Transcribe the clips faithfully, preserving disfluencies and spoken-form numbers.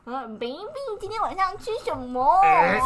我说 baby 今天晚上吃什么？欸、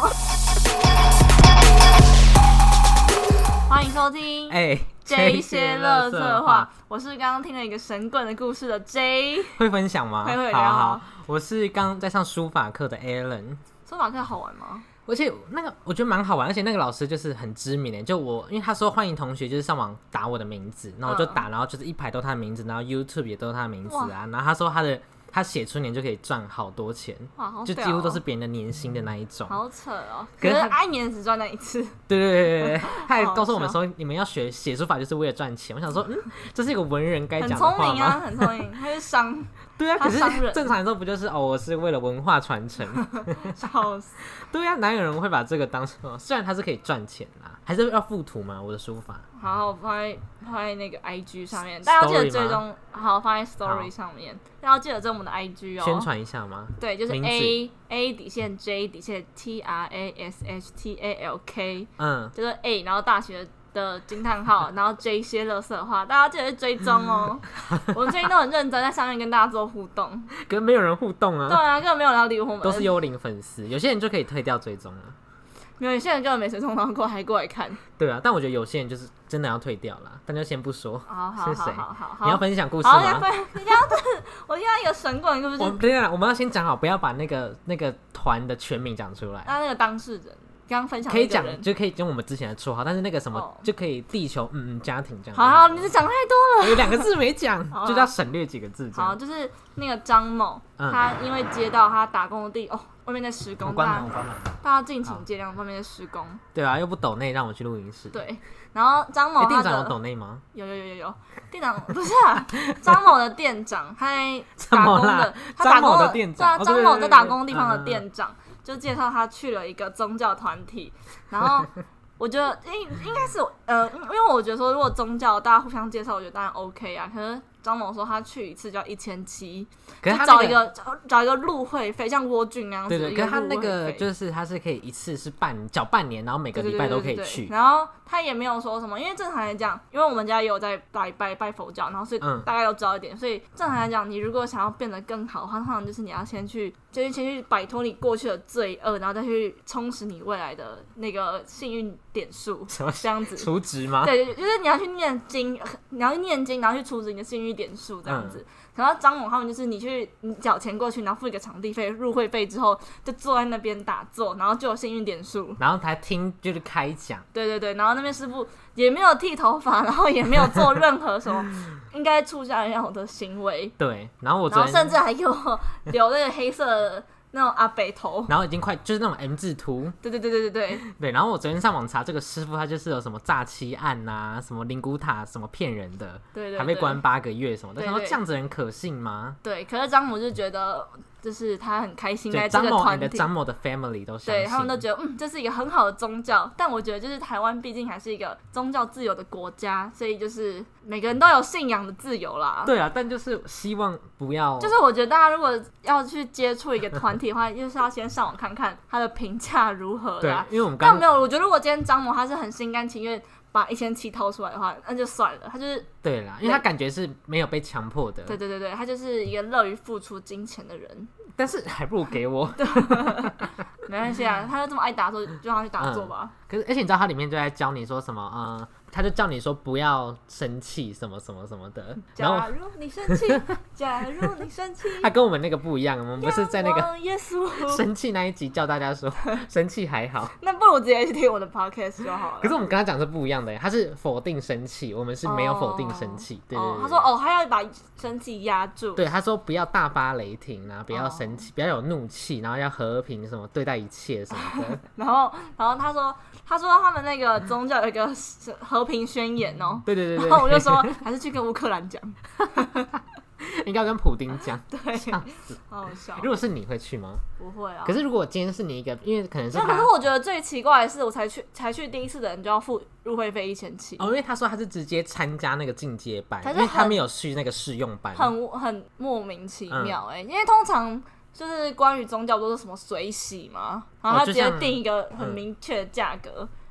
欢迎收听哎、欸、 J 些垃圾话，我是刚刚听了一个神棍的故事的 J， 会分享吗？ 会会， 好好好，我是刚在上书法课的 Alan。 书法课好玩吗？ 而且那个我觉得蛮好玩，而且那个老师就是很知名的，就我因为他说欢迎同学就是上网打我的名字，然后我就打，嗯、然后就是一排都他的名字，然后 YouTube 也都是他的名字啊，然后他说他的他写出年就可以赚好多钱， 哇，好屌哦， 就几乎都是别人的年薪的那一种， 好扯哦！可是他一年只赚那一次， 对对对对对，他还告诉我们说你们要学写书法就是为了赚钱。我想说，嗯，这是一个文人该讲的话吗？ 很聪明啊，很聪明，他是商。 对啊，可是正常来说不就是哦，我是为了文化传承？ 笑死！ 对啊，哪有人会把这个当成？虽然它是可以赚钱啦，还是要附图嘛？我的书法。 好，我放在放在那个 I G 上面，大家要记得追踪。好，放在 Story 上面，大家要记得追我们的 I G 哦。 宣传一下吗？ 对，就是 A A 底线 J 底线 T R A S H T A L K， 嗯，就是 A， 然后大学的惊叹号，然后 J 些垃圾话，大家记得去追踪哦。我们最近都很认真在上面跟大家做互动， 跟没有人互动啊。 对啊，根本没有人要理我们， 都是幽灵粉丝，有些人就可以退掉追踪了。 没有，有些人根本没追踪到过，还过来看。 对啊，但我觉得有些人就是真的要退掉啦，但就先不说是谁。 好好好， 你要分享故事吗？ 好，你要我听到一个神棍故事。 我等一下，我们要先讲好，不要把那个那个团的全名讲出来。 那那个当事人刚刚分享可以讲，就可以用我们之前的绰号，但是那个什么、oh. 就可以地球嗯嗯家庭这样。 好好，你是讲太多了， 有两个字没讲，就要省略几个字。 好，就是那个张某，嗯、他因为接到他打工的地哦，外面在施工， 关门，关门， 大家敬请见谅，外面在施工。 对啊，又不抖内让我去录音室。 对，然后张某他的、 欸、店长有抖内吗？ 有有有有有，店长不是啊，张某的店长，他在打工的，他打工的店长， 对啊，张某在打工地方的店长。嗯就介绍他去了一个宗教团体，然后我觉得应应该是呃，因为我觉得说如果宗教大家互相介绍，我觉得当然 OK 啊。可是张某说他去一次就要一千七，就找一个找一个入会费，像蜗苣那样子。 对对，可是他那个就是他是可以一次是半缴半年，然后每个礼拜都可以去。 对对对对对，然后他也没有说什么，因为正常来讲，因为我们家也有在拜拜拜佛教，然后所以大概都知道一点。嗯、所以正常来讲，你如果想要变得更好的话，通常就是你要先去，就是先去摆脱你过去的罪恶，然后再去充实你未来的那个幸运点数，这样子。 储值吗？ 对，就是你要去念经，你要去念经，然后去储值你的幸运点数，这样子。嗯，然后张某他们就是你去你缴钱过去，然后付一个场地费、入会费之后，就坐在那边打坐，然后就有幸运点数， 然后才听就是开讲。对对对，然后那边师傅也没有剃头发，然后也没有做任何什么应该出家人要的行为。 对，然后我然后甚至还给我留那个黑色的那种阿北头， 然后已经快就是那种 M 字秃。 对对对对对对对，然后我昨天上网查这个师傅，他就是有什么诈欺案啊，什么灵骨塔什么骗人的， 对对对， 还被关八个月什么的。 对对对， 想说这样子人可信吗？ 对，可是张某就觉得就是他很开心在这个团体， 张某的 family 都相信， 对他们都觉得嗯这是一个很好的宗教。但我觉得就是台湾毕竟还是一个宗教自由的国家，所以就是每个人都有信仰的自由啦。 对啊，但就是希望不要， 就是我觉得大家如果要去接触一个团体的话，就是要先上网看看他的评价如何啦。 对，因为我们刚但没有，我觉得如果今天张某他是很心甘情愿把一千七掏出来的话，那就算了。他就是对啦，因为他感觉是没有被强迫的。 对对对对，他就是一个乐于付出金钱的人。 但是还不如给我。 没关系啊，他就这么爱打坐，就让他去打坐吧。 嗯、可是，而且你知道他里面就在教你说什么？呃，他就叫你说不要生气，什么什么什么的。 假如你生气，假如你生气， 他跟我们那个不一样，我们不是在那个耶稣生气那一集叫大家说生气还好。 那不如直接去听我的 podcast 就好了。 可是我们跟他讲是不一样的，他是否定生气，我们是没有否定生气。哦、对, 对, 对, 对， 他说哦，他要把生气压住。 对，他说不要大发雷霆啊，不要生气，哦、不要有怒气，然后要和平什么对待一切什么的。 然后，然后他说，他说他们那个宗教有一个和平宣言哦。 对对对对。 然后我就说，还是去跟乌克兰讲。 应该要跟普丁讲。 对，好好笑。 如果是你会去吗？ 不会啊。 可是如果今天是你一个，因为可能是他， 可是我觉得最奇怪的是，我才去才去第一次的人就要付入会费一千七。 哦，因为他说他是直接参加那个进阶班，因为他没有去那个试用班， 很很莫名其妙哎、欸嗯。因为通常就是关于宗教都是什么水洗嘛，然后他直接定一个很明确的价格。嗯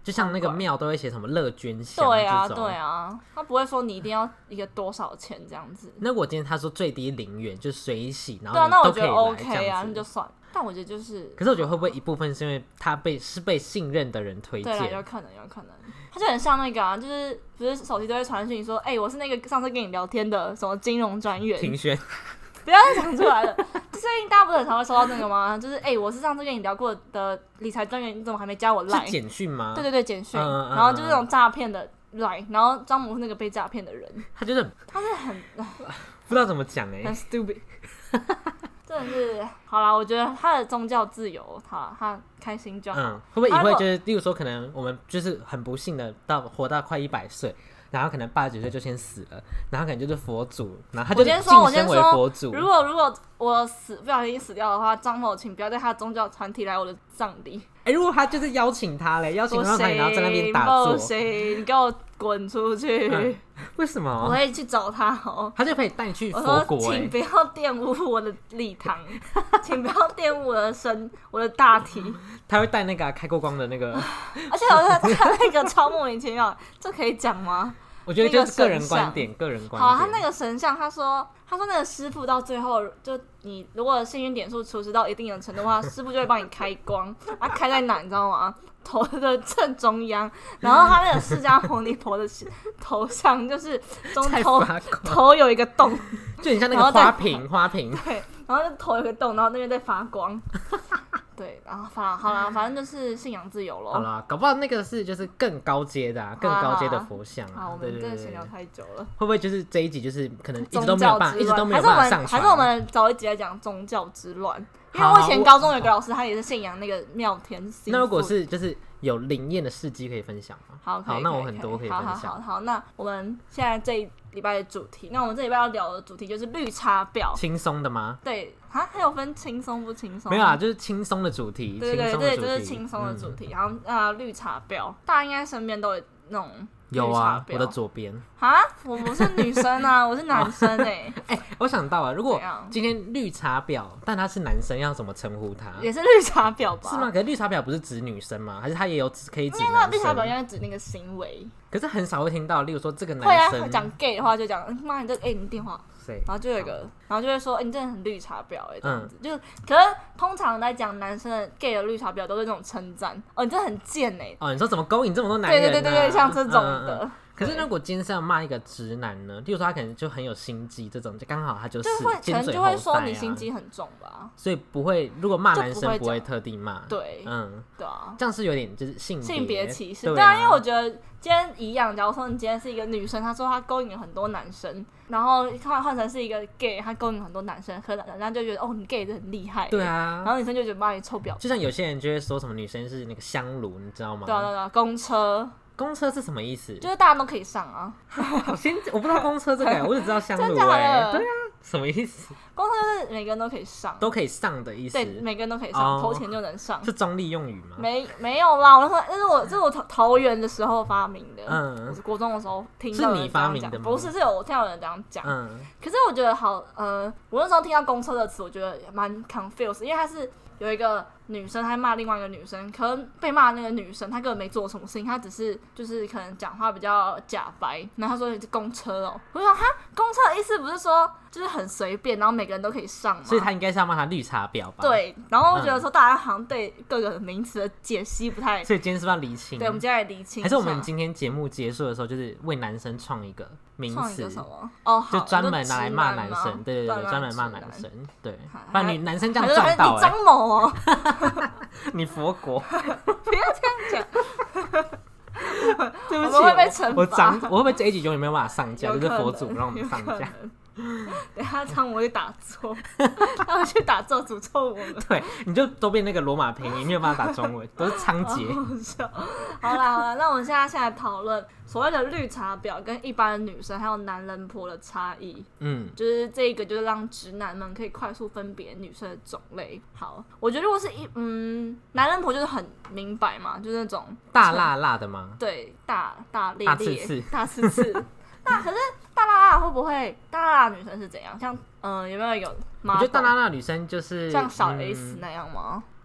就像那个庙都会写什么乐捐箱， 对啊对啊，他不会说你一定要一个多少钱这样子。 那我今天他说最低零元就水洗，然后你都可以来，对啊，那我觉得 OK 啊，那就算。但我觉得就是， 可是我觉得会不会一部分是因为他被是被信任的人推荐？ 对，有可能，有可能。他就很像那个啊，就是不是手机都会传讯说，哎、欸，我是那个上次跟你聊天的什么金融专员。 庭轩， 不要再讲出来了。最近大家不是很常会收到那个吗？就是哎、欸，我是上次跟你聊过的理财专员，你怎么还没加我 Line？ 是简讯吗？ 对对对，简讯、 嗯嗯。 然后就是那种诈骗的 Line， 然后张姆是那个被诈骗的人， 他就是他是很不知道怎么讲哎、欸， 很 stupid。真的是好啦，我觉得他的宗教自由，他他开心就好。 嗯，会不会以后就是，例如说，可能我们就是很不幸的到活到快一百岁，然后可能八十几岁就先死了，然后可能就是佛祖，然后他就晋升为佛祖。 如果如果我死不小心死掉的话，张某请不要带他的宗教团体来我的葬礼。 哎、欸，如果他就是邀请他嘞，邀请他团体，然后在那边打坐， 不行，你给我滚出去！ 嗯、为什么？ 我会去找他哦。 他就可以带你去佛国、欸。 请不要玷污我的礼堂，请不要玷污我的身，我的大体。 他会带那个、啊、开过光的那个， 而且我觉得他那个超莫名其妙，这可以讲吗？ 我觉得就是个人观点，个人观点。 好，他那个神像，他说，他说那个师傅到最后，就你如果幸运点数储值到一定的程度的话，师傅就会帮你开光。啊，开在哪你知道吗？头的正中央。然后他那个释迦牟尼佛的头像就是中头头有一个洞， 就很像那个花瓶，花瓶。 对，然后就头有一个洞，然后那边在发光。对，然后反好啦，反正就是信仰自由咯。 好啦，搞不好那个是就是更高阶的、啊，更高阶的佛像啊。 好，我们真的闲聊太久了。 会不会就是这一集就是可能一直都没有办法，一直都没有办法上传？ 还是我们找一集来讲宗教之乱？因为我以前高中有个老师，他也是信仰那个妙天星。 那如果是就是有灵验的事迹可以分享吗？ 好， 好，那我很多可以分享。 好好好好，那我们现在这一礼拜的主题，那我们这礼拜要聊的主题就是绿茶婊。 轻松的吗？ 对啊，还有分轻松不轻松？ 没有啦，就是轻松的主题。 对对对，就是轻松的主题。然后啊，绿茶婊，大家应该身边都有那种。 有啊，我的左边啊，我不是女生啊，我是男生哎、欸。 哎、欸，我想到了，如果今天绿茶婊，但他是男生，要怎么称呼他？ 也是绿茶婊吧？ 是吗？可是绿茶婊不是指女生吗？还是他也有可以指男生？ 绿茶婊应该指那个行为。 可是很少会听到，例如说这个男生。 会啊，讲 gay 的话就讲，妈，你这 A 你电话。然后就有一个，然后就会说，欸、你真的很绿茶婊哎、欸，这样子。嗯、就可是通常来讲，男生的 gay 的绿茶婊都是这种称赞，哦，你真的很贱哎、欸。 哦，你说怎么勾引这么多男人、啊？ 对对对对对，像这种的。嗯嗯嗯可是如果今天是要骂一个直男呢？例如说他可能就很有心机，这种就刚好他就是尖嘴就会说你心机很重吧， 所以不会。如果骂男生不会特地骂， 对， 嗯， 对啊， 这样是有点就是性性别歧视，对啊，因为我觉得今天一样，假如说你今天是一个女生，她说她勾引了很多男生，然后换换成是一个 gay， 她勾引很多男生，可能人家就觉得哦，你 gay 是很厉害， 对啊， 然后女生就觉得妈你臭婊， 就像有些人就会说什么女生是那个香炉，你知道吗？ 对啊对啊，公车。 公车是什么意思？ 就是大家都可以上啊。 我先我不知道公车这个，我只知道香炉哎。对啊，什么意思？ 公车就是每个人都可以上， 都可以上的意思。 对，每个人都可以上，投、oh, 钱就能上。 是中立用语吗？ 没没有啦，我说这是我这是我桃园的时候发明的。嗯，我是国中的时候听到有人这样讲，不是是有我听到有人这样讲。嗯，可是我觉得好，呃，我那时候听到公车的词，我觉得蛮 confused， 因为它是。有一个女生，她骂另外一个女生，可能被骂的那个女生，她根本没做什么事情，她只是就是可能讲话比较假白。然后她说你是公车哦、喔，我就说哈，公车的意思不是说就是很随便，然后每个人都可以上吗？ 所以她应该是要骂她绿茶婊吧？ 对，然后我觉得说大家好像对各个名词的解析不太， 所以今天是不是要厘清？ 对，我们今天来厘清， 还是我们今天节目结束的时候，就是为男生创一个名词， 什么？哦， 就专门拿来骂男生，对对对，专门骂男生，对，不然女男生这样撞到、欸， 你张某哦， 你佛国， 不要这样讲。 对不起， 我们会被惩罚。 我长，我会不会这一集永远没有办法上架？就是佛祖让我们上架。 等一下张我去打坐，他们去打坐诅咒我们。 对，你就都变那个罗马拼音，没有办法打中文，都是仓颉。 好啦好啦，那我们现在现在讨论所谓的绿茶婊跟一般的女生还有男人婆的差异。嗯，就是这个就是让直男们可以快速分别女生的种类。好，我觉得如果是一嗯男人婆就是很明白嘛，就是那种大辣辣的吗？ 对，大大咧咧， 大刺刺， 大刺刺。那可是大辣辣会不会大辣辣的女生是怎样？像嗯、呃、有没有一个？ 我觉得大辣辣的女生就是像小 S 那样吗？ 嗯、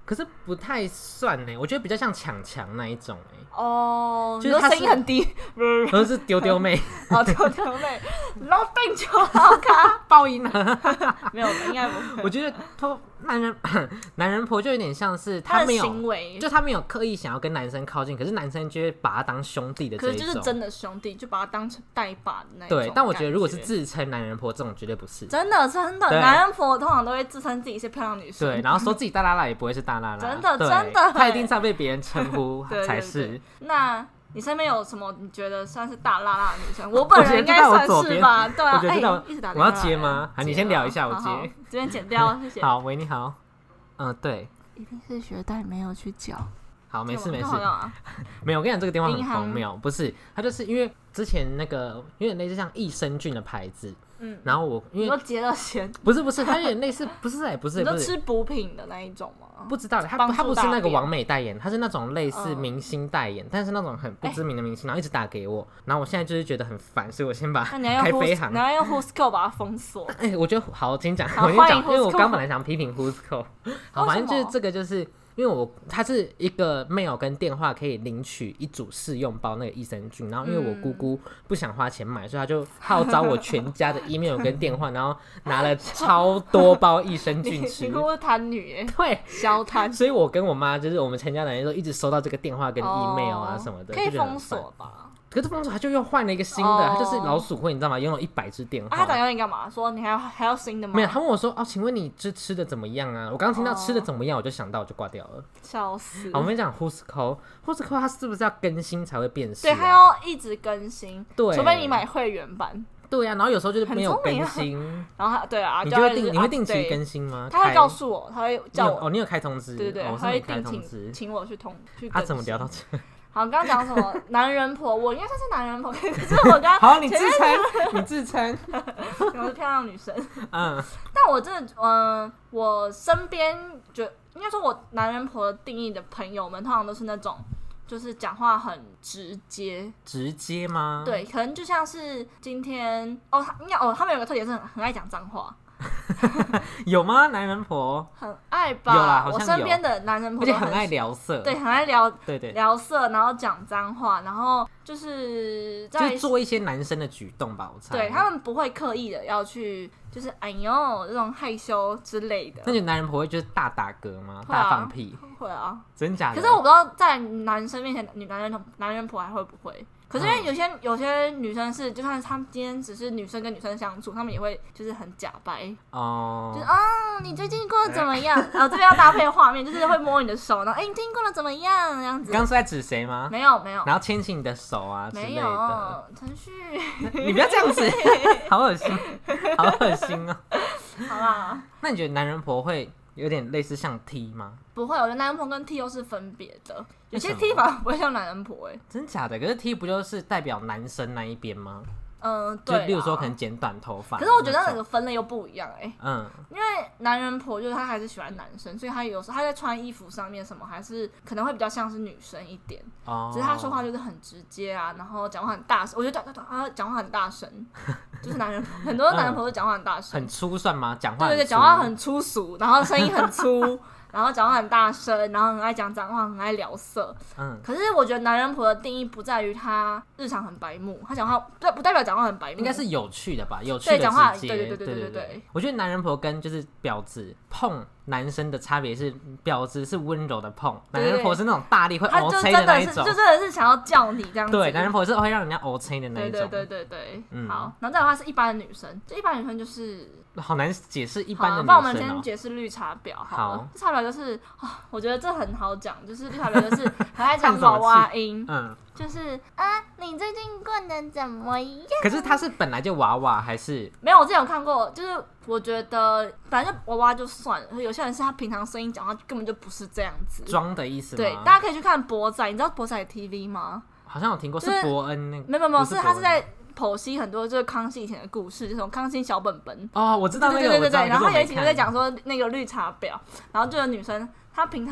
可是不太算呢，我觉得比较像抢强那一种哎。 哦， 就是他声音很低， 而是丢丢妹， 哦，丢丢妹，然后并球好卡爆音啊， 没有，应该不会。 我觉得他男人男人婆就有点像是他没有行为， 就他没有刻意想要跟男生靠近，可是男生就会把他当兄弟的这一种， 可是就是真的兄弟，就把他当成带把的那一种。 对，但我觉得如果是自称男人婆这种绝对不是， 真的真的，男人婆通常都会自称自己是漂亮女生， 对，然后说自己大拉拉也不会是大拉拉， 真的真的， 他一定是要被别人称呼才是。 对对对，那你身边有什么你觉得算是大辣辣的女生？我本人应该算是吧，对啊。 我觉得知道、欸、 一直打我要接吗？好，你先聊一下，我接。 好好这边剪掉，谢谢。 好，喂，你好。嗯，对。 一定是学贷没有去缴。 好，没事没事。 啊、 没有，我跟你讲，这个电话很荒谬，不是，它就是因为之前那个有点类似像益生菌的牌子。嗯，然后我因为你结了钱， 不是不是，它有点类似，不是哎、欸，不是， 你都吃补品的那一种吗？ 不知道，他他不是那个网美代言，他是那种类似明星代言，嗯、但是那种很不知名的明星，然后一直打给我，然后我现在就是觉得很烦，所以我先把开飞航， 你要用 Who'sco 把它封锁。 哎、欸，我觉得好，我先讲，我先讲，因为我刚本来想批评 Who'sco， 好，反正就是这个就是。因为我它是一个 mail 跟电话可以领取一组试用包那个益生菌，然后因为我姑姑不想花钱买，所以他就号召我全家的 email 跟电话，然后拿了超多包益生菌吃。 你姑姑贪女耶， 对， 消贪。 所以我跟我妈就是我们全家的人都一直收到这个电话跟 email 啊什么的， 哦、可以封锁吧？ 可是封锁他就又换了一个新的，他、oh. 就是老鼠会，你知道吗？拥有一百支电话。 啊、他打电话你干嘛？说你还要还要新的吗？ 没有，他问我说：“哦，请问你这吃的怎么样啊？”我刚刚听到吃的怎么样， oh. 我就想到我就挂掉了。 笑死！ 好，我们讲 Who'sco，Who'sco 它是不是要更新才会变色、啊？ 对，它要一直更新， 对， 除非你买会员版。 对呀、啊，然后有时候就是没有更新， 啊、然后他对啊， 你就会定，你会定期更新吗？ 他会告诉我，他会叫我哦，你有开通知？ 对对对， 哦、 他会定期请我去通去。 他、啊、怎么聊到这？ 好，刚刚讲什么？男人婆，我应该算是男人婆，可是我刚好，你自称，你自称， 我是漂亮女生。 嗯， 但我真的，嗯、呃，我身边就应该说，我男人婆的定义的朋友们，通常都是那种。就是讲话很直接， 直接吗？ 对，可能就像是今天哦，应该哦，他们有个特点是很很爱讲脏话。 有吗？男人婆很爱吧？ 有啦，好像有。 我身边的男人婆而且很爱聊色， 对，很爱聊， 对对， 聊色，然后讲脏话，然后就是在就是做一些男生的举动吧，我猜。 对，他们不会刻意的要去，就是哎呦这种害羞之类的。 那你男人婆会就是大打嗝吗？ 会啊、 大放屁？ 会啊， 真假的？ 可是我不知道在男生面前，女男人男人婆还会不会？可是因为有些、嗯、有些女生是，就算他们今天只是女生跟女生相处，他们也会就是很假白哦，就是啊、哦，你最近过得怎么样？然后这边要搭配画面，就是会摸你的手，然后哎、欸，你最近过得怎么样？这样子。 刚刚是在指谁吗？ 没有没有。 然后牵起你的手啊之类的。没有， 程序。 你不要这样子，好恶心，好恶心哦。 好啦， 那你觉得男人婆会有点类似像 T 吗？ 不会，我觉得男人婆跟 T 又是分别的。有些 T 反而不会像男人婆哎、欸， 真假的？可是 T 不就是代表男生那一边吗？ 嗯，对， 就例如说可能剪短头发。 可是我觉得那个分类又不一样哎、欸， 嗯， 因为男人婆就是他还是喜欢男生，所以他有时候他在穿衣服上面什么还是可能会比较像是女生一点，哦，只是他说话就是很直接啊，然后讲话很大声，我觉得他讲话很大声，就是男人很多男人婆都讲话很大声、 嗯，很粗算吗？讲话对对对，讲话很粗俗，然后声音很粗。然后讲话很大声，然后很爱讲脏话，很爱聊色。嗯，可是我觉得男人婆的定义不在于他日常很白目，他讲话不不代表讲话很白目， 应该是有趣的吧？有趣的对讲话， 直接， 对对对对对 对, 对, 对, 对。 我觉得男人婆跟就是婊子碰男生的差别是，婊子是温柔的碰，男人婆是那种大力会 O C 的那一种， 就真的是想要叫你这样子。 对，男人婆是会让人家 O C 的那一种。 对对对对对，嗯，好。然后再的话是一般的女生，这一般女生就是。 好难解释一般的女生、哦。 那我们先解释绿茶婊好了。好，绿茶婊就是啊，我觉得这很好讲，就是绿茶婊就是很爱讲娃娃音，嗯，就是啊，你最近过得怎么样？ 可是他是本来就娃娃还是？ 没有，我之前有看过，就是我觉得本来就娃娃就算了，有些人是他平常声音讲话根本就不是这样子， 装的意思吗？ 对，大家可以去看博仔，你知道博仔 T V 吗？ 好像有听过，是伯恩那个， 没有没有，是他是在。剖析很多就是康熙以前的故事，就是康熙小本本哦，我知道那个， 对对对对对。然后他有一集就在讲说那个绿茶婊，然后就有女生她平常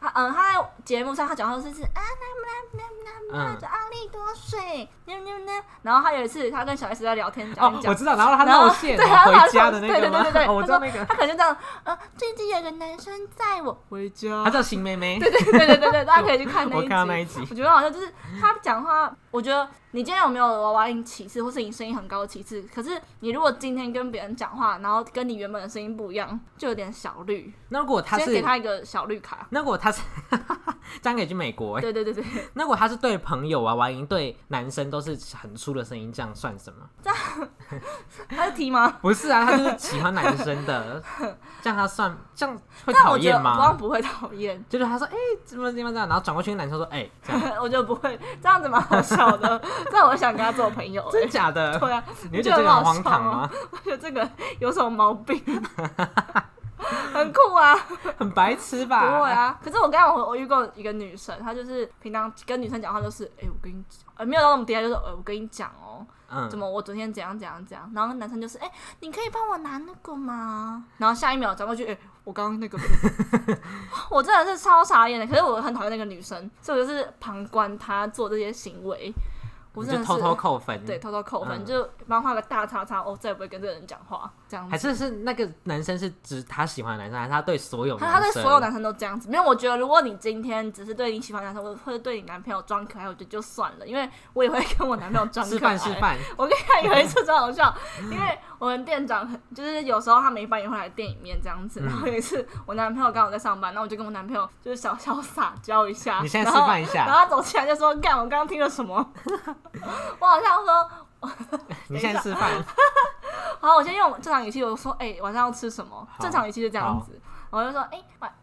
他嗯他在节目上他讲话是是啊那那那那那阿力多水，那那那，然后他有一次他跟小 S 在聊天讲一讲， 哦，我知道，然后他露馅， 对，他回家的那个吗？ 对对对对对， 哦，我知道那个， 他可能就这样，呃，最近有个男生载我回家， 他叫新妹妹， 对对对对对对，大家可以去看那一集， 我看到那一集， 我觉得好像就是他讲话，我觉得你今天有没有娃娃音歧视，或是你声音很高的歧视？可是你如果今天跟别人讲话，然后跟你原本的声音不一样，就有点小绿。 那如果他是先给他一个小绿卡， 那如果他是这样可以去美国哎、 对对对对。 那如果他是对朋友娃娃音，对男生都是很粗的声音，这样算什么？ 这样他是 T 吗？ 不是啊，他就是喜欢男生的，这样他算这样会但我觉得讨厌吗？ 我好像不会讨厌， 就是他说哎、欸、怎么怎么这样，然后转过去跟男生说哎、欸、这样， 我觉得不会，这样子蛮好笑的。这样我想跟他做朋友、欸， 真的假的？ 对啊， 你会觉得这个很荒唐吗？ 我觉得这个有什么毛病？很酷啊， 很白痴吧？ 不会啊。可是我刚刚我我遇过一个女生，她就是平常跟女生讲话都是，哎、欸，我跟你讲，呃，没有到那么低，就是，呃，我跟你讲哦、喔，嗯，怎么我昨天怎样怎样怎样，然后男生就是，哎、欸，你可以帮我拿那个吗？然后下一秒转过去，哎、欸，我刚刚那个，我真的是超傻眼的。可是我很讨厌那个女生，所以我就是旁观她做这些行为。我真的是就偷偷扣分， 对，偷偷扣分，嗯、就帮画个大叉叉，哦，再也不会跟这个人讲话，这样子。 还是是那个男生是指他喜欢的男生，还是他对所有男生？ 他他对所有男生都这样子。没有，我觉得如果你今天只是对你喜欢的男生，或者对你男朋友装可爱，我觉得就算了，因为我也会跟我男朋友装可爱。示范示范。我跟你讲，有一次超好笑，因为我们店长很就是有时候他没班也会来店里面这样子。然后有一次我男朋友刚好在上班，然后我就跟我男朋友就是小小撒娇一下。 你现在示范一下。 然后他走起来就说：“干，我刚刚听了什么？”我好像说， 你现在示范。 好，我先用正常语气，我说：“哎、欸，晚上要吃什么？”正常语气是这样子，我就说：“哎、欸，晚。”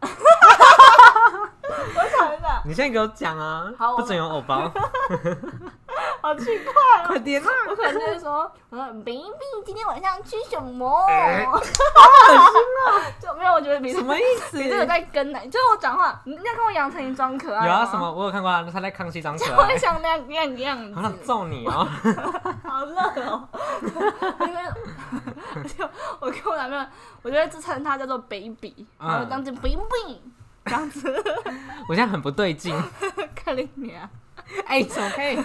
我想一下， 你现在给我讲啊，好，不准有偶包。 好奇怪、喔， 快点啊！ 我可能就是说，我说 baby 今天晚上吃什么？ 欸、好恶心啊！就没有，我觉得比什么意思？ 比这个在跟奶，就是我讲话，你那看过杨丞琳装可爱吗？ 有啊，什么我有看过啊，他在康熙装可爱， 就会像那样样子。 好想揍你哦！ 好热哦！因为就我跟我男朋友，我就会自称他叫做 baby， 然后当成 baby 这样子。 我现在很不对劲， 看你啊！ 哎、欸，怎么可以？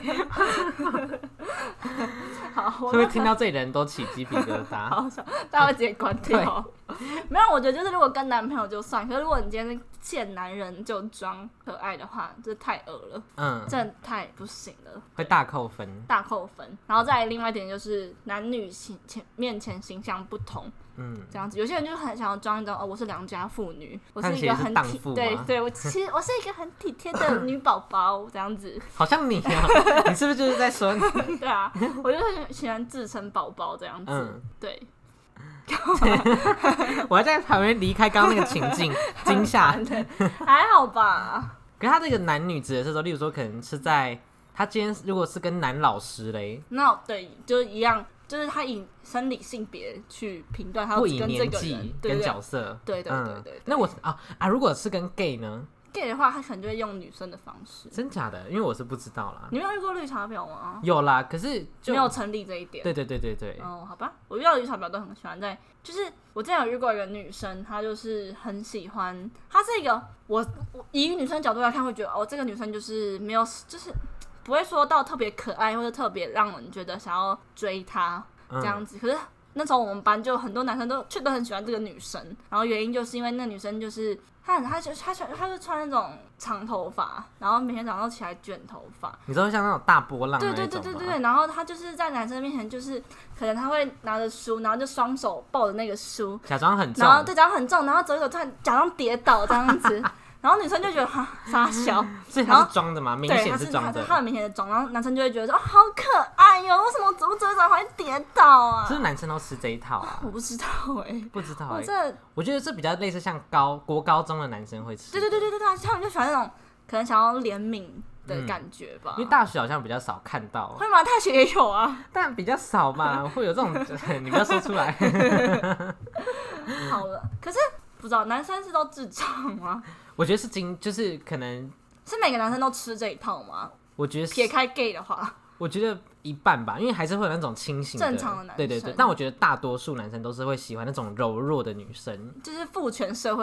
好， 会不会听到这里的人都起鸡皮疙瘩？ 好笑，大家会直接关掉。没有，我觉得就是如果跟男朋友就算，可是如果你今天是见男人就装可爱的话，这太恶了，嗯，真的太不行了， 会大扣分， 大扣分。然后再来另外一点就是男女形面前形象不同。嗯，这样子，有些人就很想要装一张哦，我是良家妇女，我是一个很体对对，我其实我是一个很体贴的女宝宝，这样子。 好像你啊，你是不是就是在说？ 对啊，我就很喜欢自称宝宝这样子，嗯、对。 我还在旁边离开刚刚那个情境，惊吓。 还好吧。 可是他这个男女指的是说，例如说可能是在他今天如果是跟男老师嘞， 那、no, 对，就一样。就是他以生理性别去评断，他不以跟这个人跟角色， 对对对 对, 對, 對、嗯。 那我啊啊，如果是跟 gay 呢 ？gay 的话，他可能就会用女生的方式。 真假的？因为我是不知道啦。 你没有遇过绿茶婊吗？ 有啦，可是就没有成立这一点。 对对对对对。 哦，好吧，我遇到的绿茶婊都很喜欢在，就是我之前有遇过一个女生，她就是很喜欢，她是一个我我以女生角度来看，会觉得哦，这个女生就是没有，就是不会说到特别可爱或者特别让人觉得想要追她。这样子，可是那时候我们班就很多男生都却都很喜欢这个女生，然后原因就是因为那女生就是她很她就她她就穿那种长头发，然后每天早上都起来卷头发， 你知道像那种大波浪那种吗？ 对对对对对，然后她就是在男生面前就是可能她会拿着书，然后就双手抱着那个书， 假装很重， 然后对假装很重，然后走一走突然假装跌倒这样子。然后女生就觉得哈傻小， 所以他是装的吗？明显是装的， 他很明显的装。然后男生就会觉得说，哦，好可爱哟、喔，为什么走走走还会跌倒啊？ 是不是男生都吃这一套啊？ 我不知道哎、欸， 不知道哎、欸。 我这我觉得这比较类似像高国高中的男生会吃。 对对对对对对，他们就喜欢那种可能想要怜悯的感觉吧、 嗯。因为大学好像比较少看到。 会吗？大学也有啊， 但比较少吧，会有这种，你不要说出来。 好了，可是不知道男生是都智障吗？ 我觉得是精，就是可能是每个男生都吃这一套吗？ 我觉得撇开 gay 的话， 我觉得一半吧，因为还是会有那种清醒的正常的男生， 对对对。但我觉得大多数男生都是会喜欢那种柔弱的女生， 就是父权社会的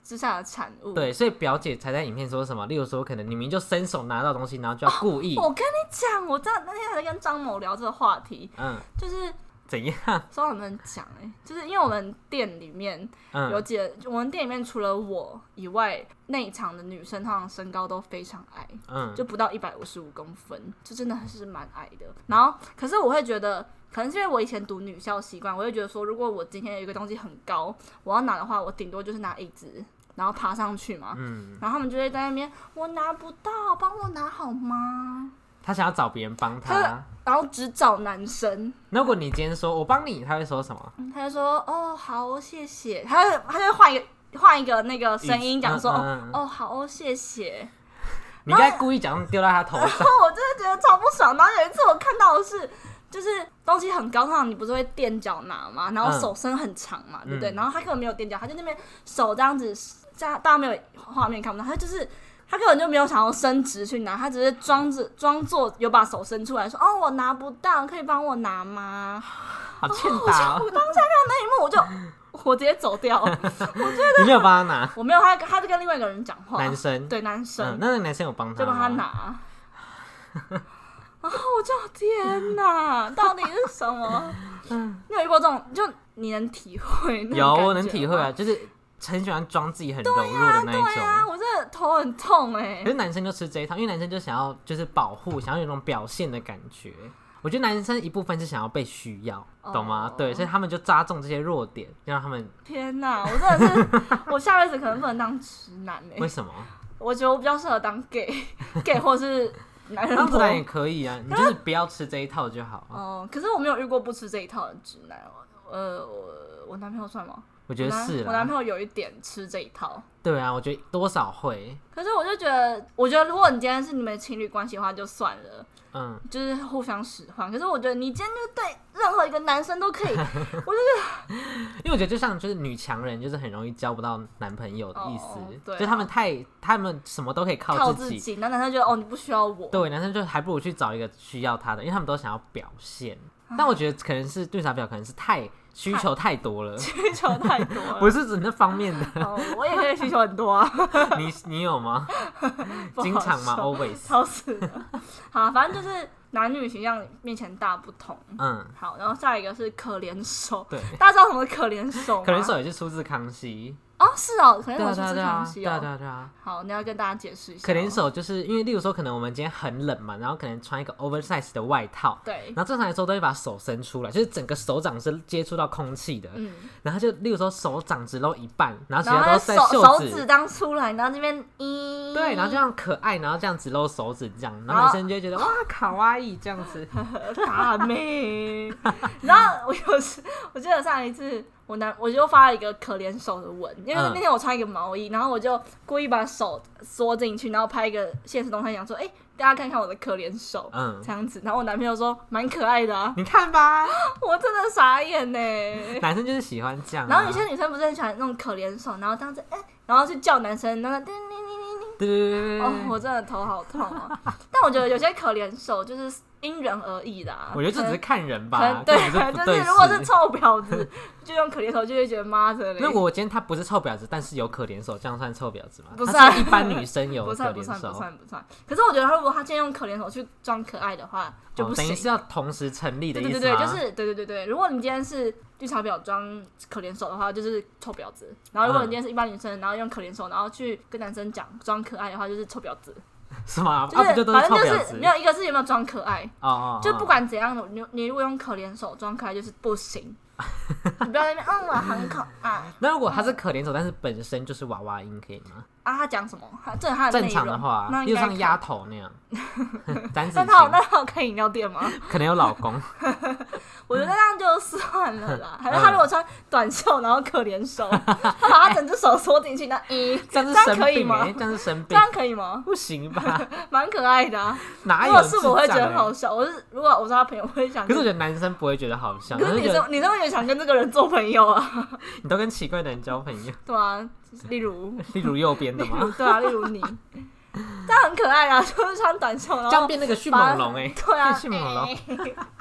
之下的产物。 对，所以表姐才在影片说什么，例如说可能你明明就伸手拿到东西，然后就要故意。 哦、我跟你讲，我真的那天还在跟张某聊这个话题，嗯，就是怎样？ 说我们讲哎，就是因为我们店里面有几个、嗯，我们店里面除了我以外，内场的女生通常身高都非常矮，嗯，就不到一百五十五公分，就真的是蛮矮的。然后，可是我会觉得。可能是因为我以前读女校习惯，我会觉得说，如果我今天有一个东西很高，我要拿的话，我顶多就是拿椅子，然后爬上去嘛。嗯，然后他们就会在那边，我拿不到，帮我拿好吗？ 他想要找别人帮他， 他然后只找男生。 如果你今天说我帮你，他会说什么？ 他就说哦好谢谢，他就他就换一个换一个那个声音讲说、嗯嗯、哦好哦谢谢。 你应该故意讲丢在他头上。然后我真的觉得超不爽。然后有一次我看到的是。就是东西很高，通常你不是会垫脚拿吗？然后手伸很长嘛，嗯、对不对？然后他根本没有垫脚，他就那边手这样子，大家没有画面看不到，他就是他根本就没有想要伸直去拿，他只是装着装作有把手伸出来说：“哦，我拿不到，可以帮我拿吗？” 好欠打、哦！ 我当下看到那一幕，我就我直接走掉。我觉得你没有帮他拿， 我没有，他他就跟另外一个人讲话， 男生对男生， 嗯、那个男生有帮他， 就帮他拿。然后我就天哪，到底是什么？你有遇过这种？就你能体会那种感觉吗？ 有，我能体会啊，就是很喜欢装自己很柔弱的那一种。 对啊，我真的头很痛哎、欸。 可是男生就吃这一套，因为男生就想要就是保护，想要有一种表现的感觉。我觉得男生一部分是想要被需要，懂吗？ Oh. 对，所以他们就扎中这些弱点，让他们。 天哪，我真的是，我下辈子可能不能当直男哎、欸。 为什么？ 我觉得我比较适合当 gay，gay 或是。男人当直男也可以啊，你就是不要吃这一套就好。 哦、呃，可是我没有遇过不吃这一套的直男。呃，我我男朋友算吗？ 我觉得是啦， 我男朋友有一点吃这一套。 对啊，我觉得多少会。 可是我就觉得，我觉得如果你今天是你们的情侣关系的话，就算了。嗯，就是互相使唤。可是我觉得你今天就对任何一个男生都可以，我就觉得， 因为我觉得就像就是女强人，就是很容易交不到男朋友的意思。哦对啊、就他们太，他们什么都可以靠自己。 靠自己，那男生觉得哦你不需要我。 对，男生就还不如去找一个需要他的，因为他们都想要表现。但我觉得可能是绿茶婊，可能是太需求太多了， 需求太多了， 不是指那方面的。 哦，我也可以需求很多啊。 你你有吗？经常吗 ？Always。 超死了。好，反正就是男女形象面前大不同。嗯。好，然后下一个是可怜手。对。大家知道什么是可怜手吗？ 可怜手也是出自康熙。 哦，是哦，可怜手出自康熙哦。 对啊对啊对啊。 好，你要跟大家解释一下。 可怜手就是因为，例如说，可能我们今天很冷嘛，然后可能穿一个 oversize 的外套，对，然后正常来说都会把手伸出来，就是整个手掌是接触到空气的，嗯，然后就例如说手掌只露一半，然后其他都在袖子， 手指当出来，然后这边一， 对，然后这样可爱，然后这样只露手指这样，然后男生就会觉得哇卡哇伊这样子， 大妹，然后我有时我记得上一次。我男我就发了一个可怜手的文，因为那天我穿一个毛衣，嗯、然后我就故意把手缩进去，然后拍一个现实动态，讲说，哎、欸，大家看看我的可怜手，嗯，这样子。然后我男朋友说，蛮可爱的啊， 你看吧， 我真的傻眼呢。 男生就是喜欢这样、啊， 然后有些女生不是很喜欢那种可怜手，然后当时哎、欸，然后去叫男生，然后叮叮叮叮叮，对对对对，哦，我真的头好痛啊。但我觉得有些可怜手就是。因人而异的、啊， 我觉得这只是看人吧。对， 就是如果是臭婊子，就用可怜手，就会觉得妈的嘞。 那我今天他不是臭婊子，但是有可怜手，这样算臭婊子吗？ 不算， 是一般女生有可怜手， 不算不算不算。可是我觉得，如果他今天用可怜手去装可爱的话，就不行。 哦、等于是要同时成立的意思吗？ 对对对，就是对对对对。如果你今天是绿茶婊装可怜手的话，就是臭婊子；然后如果你今天是一般女生，然后用可怜手，然后去跟男生讲装可爱的话，就是臭婊子。 是吗？ 就是、 啊、就反正就是没有一个是有没有装可爱， 哦哦哦就不管怎样的，你你如果用可怜手装可爱就是不行，你不要在那边嗯我很可爱。 那如果他是可怜手，但是本身就是娃娃音，可以吗？ 啊，他讲什么？这他的正常的话，就像丫头那样。 但他有那他有开饮料店吗？ 可能有老公。 我觉得那样就算了啦。还是他如果穿短袖，然后可怜手，他把他整只手缩进去，那咦， 这样是可以吗？这样是生病， 这样可以吗？ 不行吧？ 蛮可爱的啊。 哪有？ 如果是我会觉得很好笑。我是如果我是他朋友，我会想。 可是我觉得男生不会觉得好笑。 可是女生，女生会也想跟这个人做朋友啊。 你都跟奇怪的人交朋友。 对啊，例如例如右边的吗？ 对啊，例如你。这样很可爱啊，就是穿短袖，然后这样变那个迅猛龙哎， 对啊， 迅猛龙。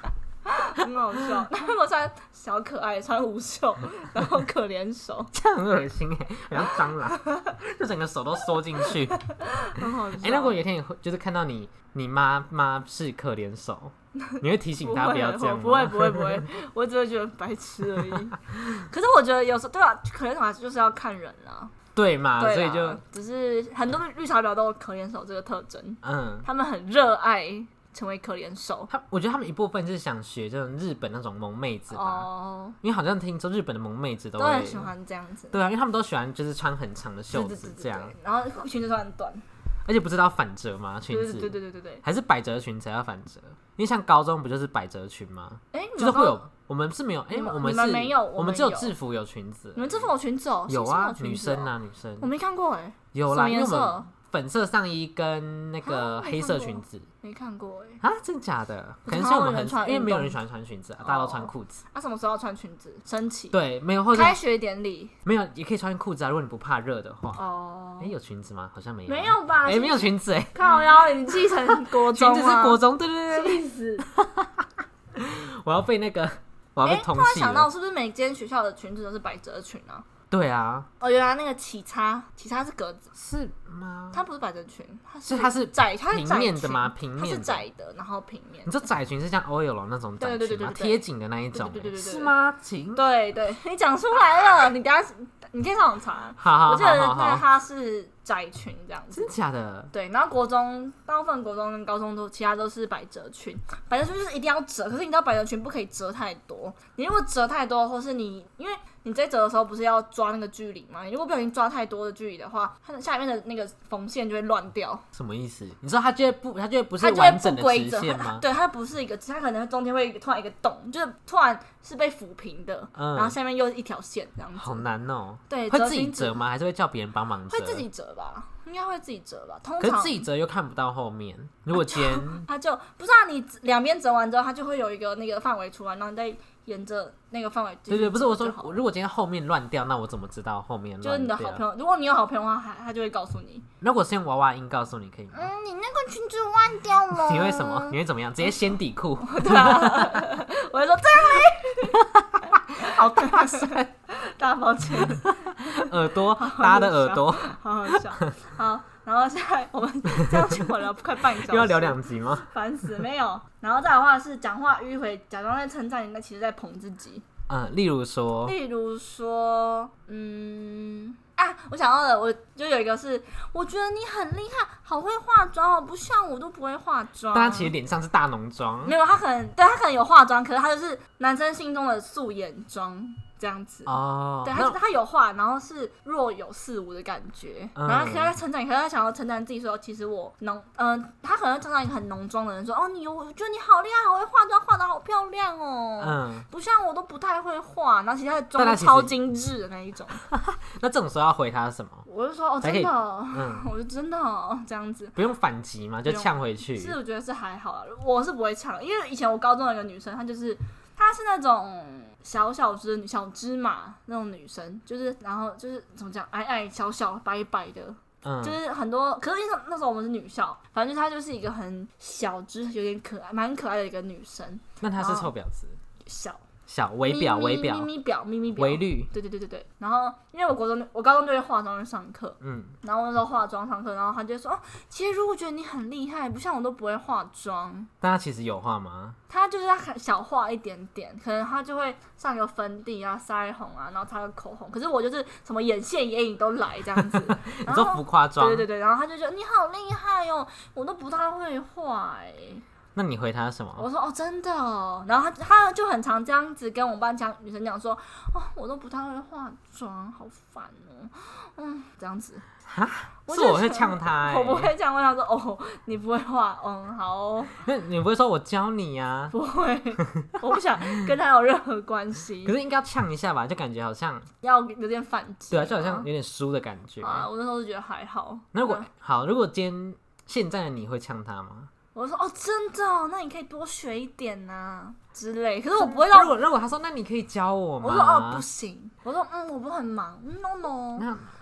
很好笑。那如果穿小可爱，穿无袖，然后可怜手， 这样很恶心哎，好像蟑螂，就整个手都缩进去， 很好笑。 哎、欸，那如果有一天你会就是看到你你妈妈是可怜手，你会提醒她不要这样吗？ 不会不会不会，我只会觉得白痴而已。可是我觉得有时候对啊，可怜手还是就是要看人啊。 对嘛， 对， 所以就只是很多绿茶婊都有可怜手这个特征， 嗯， 他们很热爱成为可怜手。 他我觉得他们一部分是想学这种日本那种萌妹子吧，哦，因为好像听说日本的萌妹子都都很喜欢这样子。 对啊，因为他们都喜欢就是穿很长的袖子这样， 对对对对对，然后裙子穿很短。 而且不知道反折吗？裙子对对对对对， 还是百褶裙才要反折？因为像高中不就是百褶裙吗？ 哎、欸， 就是会有，我们是没有，哎、欸，我们是没有， 我们只有制服有裙子。 你们制服有裙子哦？ 有啊， 有女生啊，女生。 我没看过哎、欸。 有啦， 因为我们粉色上衣跟那个黑色裙子。 没看过哎、 欸。啊，真假的？可能是我们很因为没有人喜欢穿裙子啊，大家都穿裤子。 啊，什么时候要穿裙子？升旗？ 对，没有或者开学典礼没有，也可以穿裤子啊。如果你不怕热的话。 哦。 哎、欸，有裙子吗？好像没有。 没有吧？ 哎、欸，没有裙子哎、欸。 靠腰，你继承国中裙子是国中，对对对。 气死！ 我要被那个，我要被通缉了。 突然想到，是不是每间学校的裙子都是百褶裙啊？ 对啊。 哦，原来那个起叉，起叉是格子， 是吗？ 它不是百褶裙，它是它是窄，它是平面的吗？平面的， 它是窄的，然后平面。 你说窄裙是像 O L 那种窄裙吗？贴紧的那一种， 对对对对， 是吗？紧？ 对对，你讲出来了，你等下你可以上网查。 好好好， 我记得那个它是窄裙这样子。 真假的？ 对，然后国中大部分国中跟高中都其他都是百褶裙，百褶裙就是一定要折，可是你知道百褶裙不可以折太多，你如果折太多，或是你因为你在折的时候不是要抓那个距离吗？你如果不小心抓太多的距离的话，它下面的那个缝线就会乱掉。 什么意思？你说它就会不，它就会不是完整的直线吗？ 对，它不是一个，它可能中间会突然一个洞，就是突然是被抚平的，嗯、然后下面又一条线这样子。 好难哦。 对， 会自己折吗？还是会叫别人帮忙折？ 会自己折吧，应该会自己折吧。通常可是自己折又看不到后面，如果今天它就不是啊，你两边折完之后，它就会有一个那个范围出来，然后你再沿着那个范围。 对对，不是我说，如果今天后面乱掉，那我怎么知道后面乱掉？ 就是你的好朋友，如果你有好朋友的话，他他就会告诉你。 如果是用娃娃音告诉你，可以吗？ 嗯，你那个裙子乱掉了。 你会什么？你会怎么样？直接掀底裤？ 对啊，我会说这样嘞，好大声，大抱歉， 耳朵，大家的耳朵， 好好笑，好。然后现在我们这样就聊快半个小时， 又要聊两集吗？ 烦死，没有。然后再的话是讲话迂回，假装在称赞你，但其实在捧自己。 嗯，例如说， 例如说，嗯啊，我想到了，我就有一个是，我觉得你很厉害，好会化妆哦，不像我都不会化妆。 但他其实脸上是大浓妆， 没有，他可能对他可能有化妆，可是他就是男生心中的素颜妆。这样子哦， 对，他他有画，然后是若有似无的感觉，嗯、然后可是他称赞，可是他想要称赞自己说，其实我浓，嗯、呃，他可能称赞一个很浓妆的人说，哦，你我觉得你好厉害，好会化妆，画得好漂亮哦，嗯，不像我都不太会画，然后其实他的妆超精致的那一种。 那这种时候要回他什么？ 我就说哦，真的、哦，嗯，我就真的哦，这样子， 不用反击嘛，就呛回去。 是，我觉得是还好啦，我是不会呛，因为以前我高中有一个女生，她就是她是那种。小小只小芝麻那种女生，就是然后就是怎么讲，矮矮小小白白的，嗯，就是很多。可是因为那时候我们是女校，反正就她就是一个很小只、有点可爱、蛮可爱的一个女生。 那她是臭婊子？ 小小微婊，微婊， 咪咪婊，咪咪婊， 微绿。 对对对对对。然后因为我国中，我高中就会化妆去上课，嗯，然后那时候化妆上课，然后她就说：“哦，其实如果觉得你很厉害，不像我都不会化妆。” 但她其实有化吗？ 他就是他小画一点点，可能他就会上个粉底啊、腮红啊，然后擦个口红。可是我就是什么眼线、眼影都来这样子。 你说浮夸妆？ 对对对，然后他就觉得你好厉害哦，我都不太会画哎。 那你回他什么？ 我说哦，真的哦。然后他他就很常这样子跟我们班讲女生讲说，哦，我都不太会化妆，好烦哦。嗯，这样子。 哈，是我会呛他、欸， 我不会呛，我想说哦，你不会画，嗯，好哦。 那你不会说我教你呀、啊？ 不会，我不想跟他有任何关系。 可是应该要呛一下吧，就感觉好像要有点反击。 对啊，就好像有点输的感觉。 啊，我那时候就觉得还好。 那如果、嗯、好，如果今天现在的你会呛他吗？ 我说哦，真的、哦，那你可以多学一点呐、啊、之类。可是我不会让。 如果如果他说那你可以教我吗？ 我说哦不行，我说嗯我不很忙，no no。 那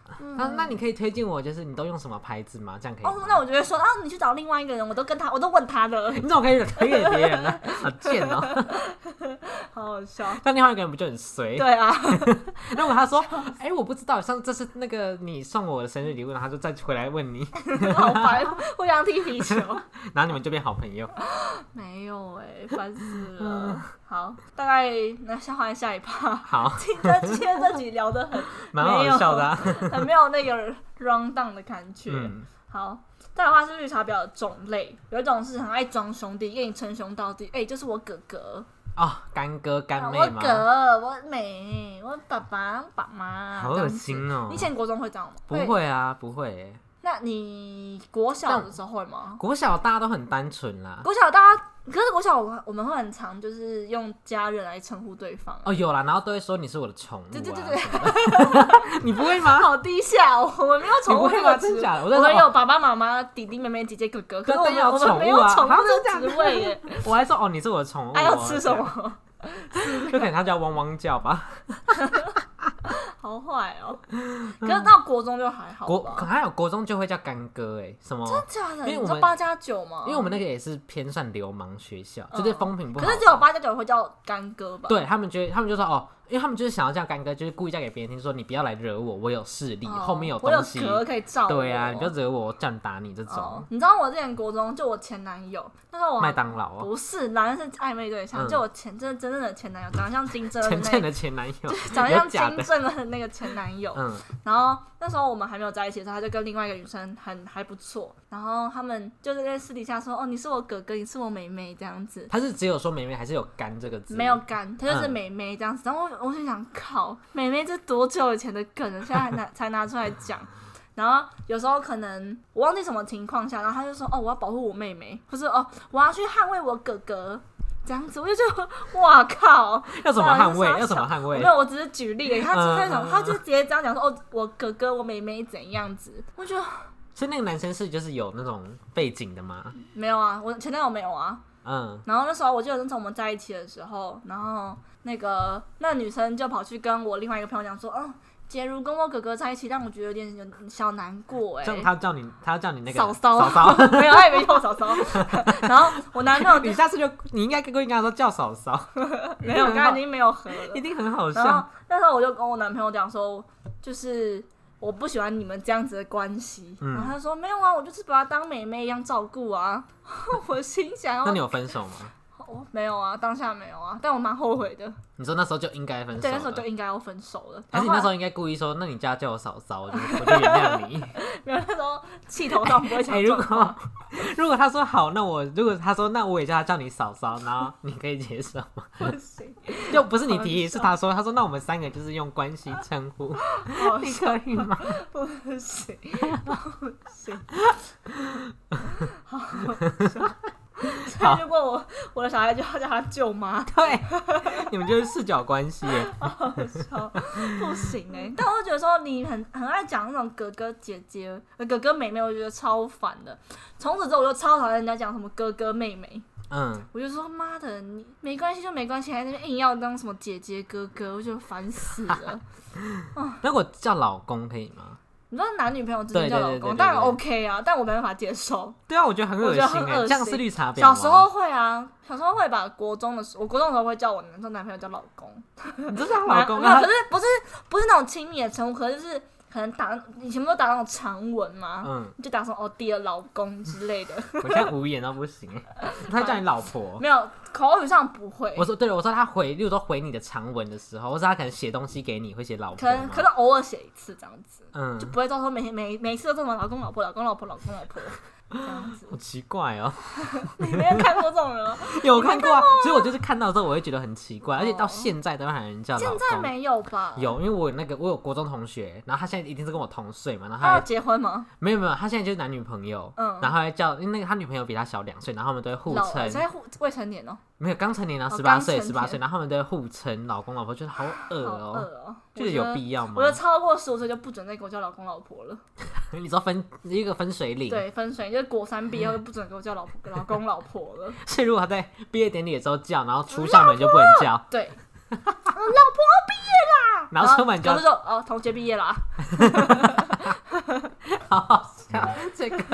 嗯、那那你可以推荐我，就是你都用什么牌子吗？这样可以吗？ 哦，那我就会说啊，你去找另外一个人，我都跟他，我都问他的。 你怎么可以推给别人呢？好贱哦、喔！ 好好笑。 但另外一个人不就很衰？ 对啊。 如果他说，哎、欸，我不知道，上这是那个你送我的生日礼物，然后他就再回来问你， 好烦，互相踢皮球， 然后你们就变好朋友。 没有哎、欸，烦死了。嗯、好，大概那先换下一趴。 好， 今天今天这集聊得很蛮好笑的、啊， 很没有那个 run down 的感觉。嗯、好，再来的话是绿茶婊的种类，有一种是很爱装兄弟，跟你称兄道弟，哎、欸，就是我哥哥。 哦，干哥干妹吗？ 我哥，我妹，我爸爸爸妈， 好恶心哦！ 你以前国中会这样吗？ 不会啊，不会、欸。 那你国小的时候会吗？ 国小大家都很单纯啦。 国小大家，可是国小我们会很常就是用家人来称呼对方、啊。 哦，有啦，然后都会说你是我的宠物、啊。 对对对对。 你不会吗？ 好低下哦，我们没有宠物这个职位，我们有爸爸妈妈、弟弟妹妹、姐姐哥哥，可是我们我们没有宠物这个职位耶。 我还说哦，你是我的宠物。 还、啊、要吃什么？ 就可能他叫汪汪叫吧。 好坏哦！可是到国中就还好吧。 国可还有国中就会叫干哥哎、欸，什么？ 真的假的？ 因为我们八加九吗？ 因为我们那个也是偏算流氓学校，嗯、就是风评不好。 可是只有八加九会叫干哥吧？ 对他们觉得，他们就说哦，因为他们就是想要叫干哥，就是故意叫给别人听，说你不要来惹我，我有势力，哦、后面有东西， 我有壳可以罩我。 对啊，你不要惹我，我叫你打你这种、 哦。你知道我之前国中就我前男友，那时候我麦当劳、哦、 不是，男人是暧昧对象，嗯、就我前真真正的前男友，长得像金正恩的、那個， 真正的前男友， 长得像金正恩的那个前男友。嗯，然后那时候我们还没有在一起的时候，他就跟另外一个女生很还不错，然后他们就是在私底下说，哦，你是我哥哥，你是我妹妹这样子。 他是只有说妹妹，还是有干这个字？ 没有干，他就是妹妹这样子。嗯、然后我就想，靠，妹妹这多久以前的梗了，现在拿才拿出来讲。然后有时候可能我忘记什么情况下，然后他就说，哦，我要保护我妹妹，或是哦，我要去捍卫我哥哥。这样子，我就觉得，哇靠！ 要怎么捍卫？要怎么捍卫？ 没有，我只是举例而已。他他讲，他就直接这样讲说，哦，我哥哥、我妹妹怎样子？我觉得， 所以那个男生是就是有那种背景的吗？ 没有啊，我前男友没有啊。 嗯。 然后那时候我记得那时候我们在一起的时候，然后那个那个女生就跑去跟我另外一个朋友讲说，嗯。杰如跟我哥哥在一起，让我觉得有点有小难过哎、欸。 这样他叫你，他叫你那个嫂嫂， 嫂嫂没有，他也没叫嫂嫂。然后我男朋友， 你下次就你应该跟跟他说叫嫂嫂。 没有，刚刚已经没有合了， 一定很好笑。 然后那时候我就跟我男朋友讲说，就是我不喜欢你们这样子的关系。嗯、然后他说没有啊，我就是把她当妹妹一样照顾啊。我心想， 那你有分手吗？ 哦，没有啊，当下没有啊，但我蛮后悔的。 你说那时候就应该分手了？ 对，那时候就应该要分手了。 还是你那时候应该故意说，那你家叫我嫂嫂，我就我就原谅你。 没有，那时候气头上不会讲、欸。 如果如果他说好，那我如果他说那我也叫他叫你嫂嫂，然后你可以接受吗？ 不行， 就不是你提议，是他说，他说那我们三个就是用关系称呼，你可以吗？ 不行，不行，好笑。所以如果我我的小孩就要叫他舅妈， 对，你们就是视角关系耶， 好好笑，不行哎！但我就觉得说你很很爱讲那种哥哥姐姐、哥哥妹妹，我觉得超烦的。从此之后我就超讨厌人家讲什么哥哥妹妹，嗯，我就说妈的，你没关系就没关系，还在那边硬要当什么姐姐哥哥，我就烦死了。 那我叫老公可以吗？ 你说男女朋友之间叫老公，当然 OK 啊，但我没办法接受。 对啊，我觉得很恶心哎，这样是绿茶婊吗？ 小时候会啊，小时候会把国中的时候，我国中的时候会叫我男生男朋友叫老公。 你这叫老公？ 没有，可是不是不是那种亲密的称呼，可是就是可能打以前不是打那种长文嘛，嗯，就打什么哦 dear 老公之类的。 我现在无言到不行，他叫你老婆？ 没有，口语上不会。 我说对了，我说他回，例如说回你的长文的时候，或是他可能写东西给你会写老婆， 可能可能偶尔写一次这样子，嗯，就不会到时候每每每次都这么老公老婆老公老婆老公老婆这样子。 好奇怪哦， 你没有看过这种人吗？ 有看过啊，所以我就是看到之后我会觉得很奇怪，而且到现在都还有人叫老公。 现在没有吧？ 有，因为我有那个我有国中同学，然后他现在一定是跟我同岁嘛，然后他他要结婚吗？ 没有没有，他现在就是男女朋友，嗯，然后还叫，因为那个他女朋友比他小两岁，然后他们都会互称， 现在未成年哦。 没有刚成年啊，十八岁，十八岁，然后他们都会互称老公老婆，觉得好恶哦、喔，就是有必要吗？ 我觉得超过十五岁就不准再给我叫老公老婆了。 你知道分一个分水岭， 对，分水岭就是国三毕业后就不准给我叫老婆老公老婆了。 所以如果他在毕业典礼的时候叫，然后出校门就不能叫， 对，老婆毕业啦， 然后出门就老师说哦，同学毕业啦， 好好笑这个。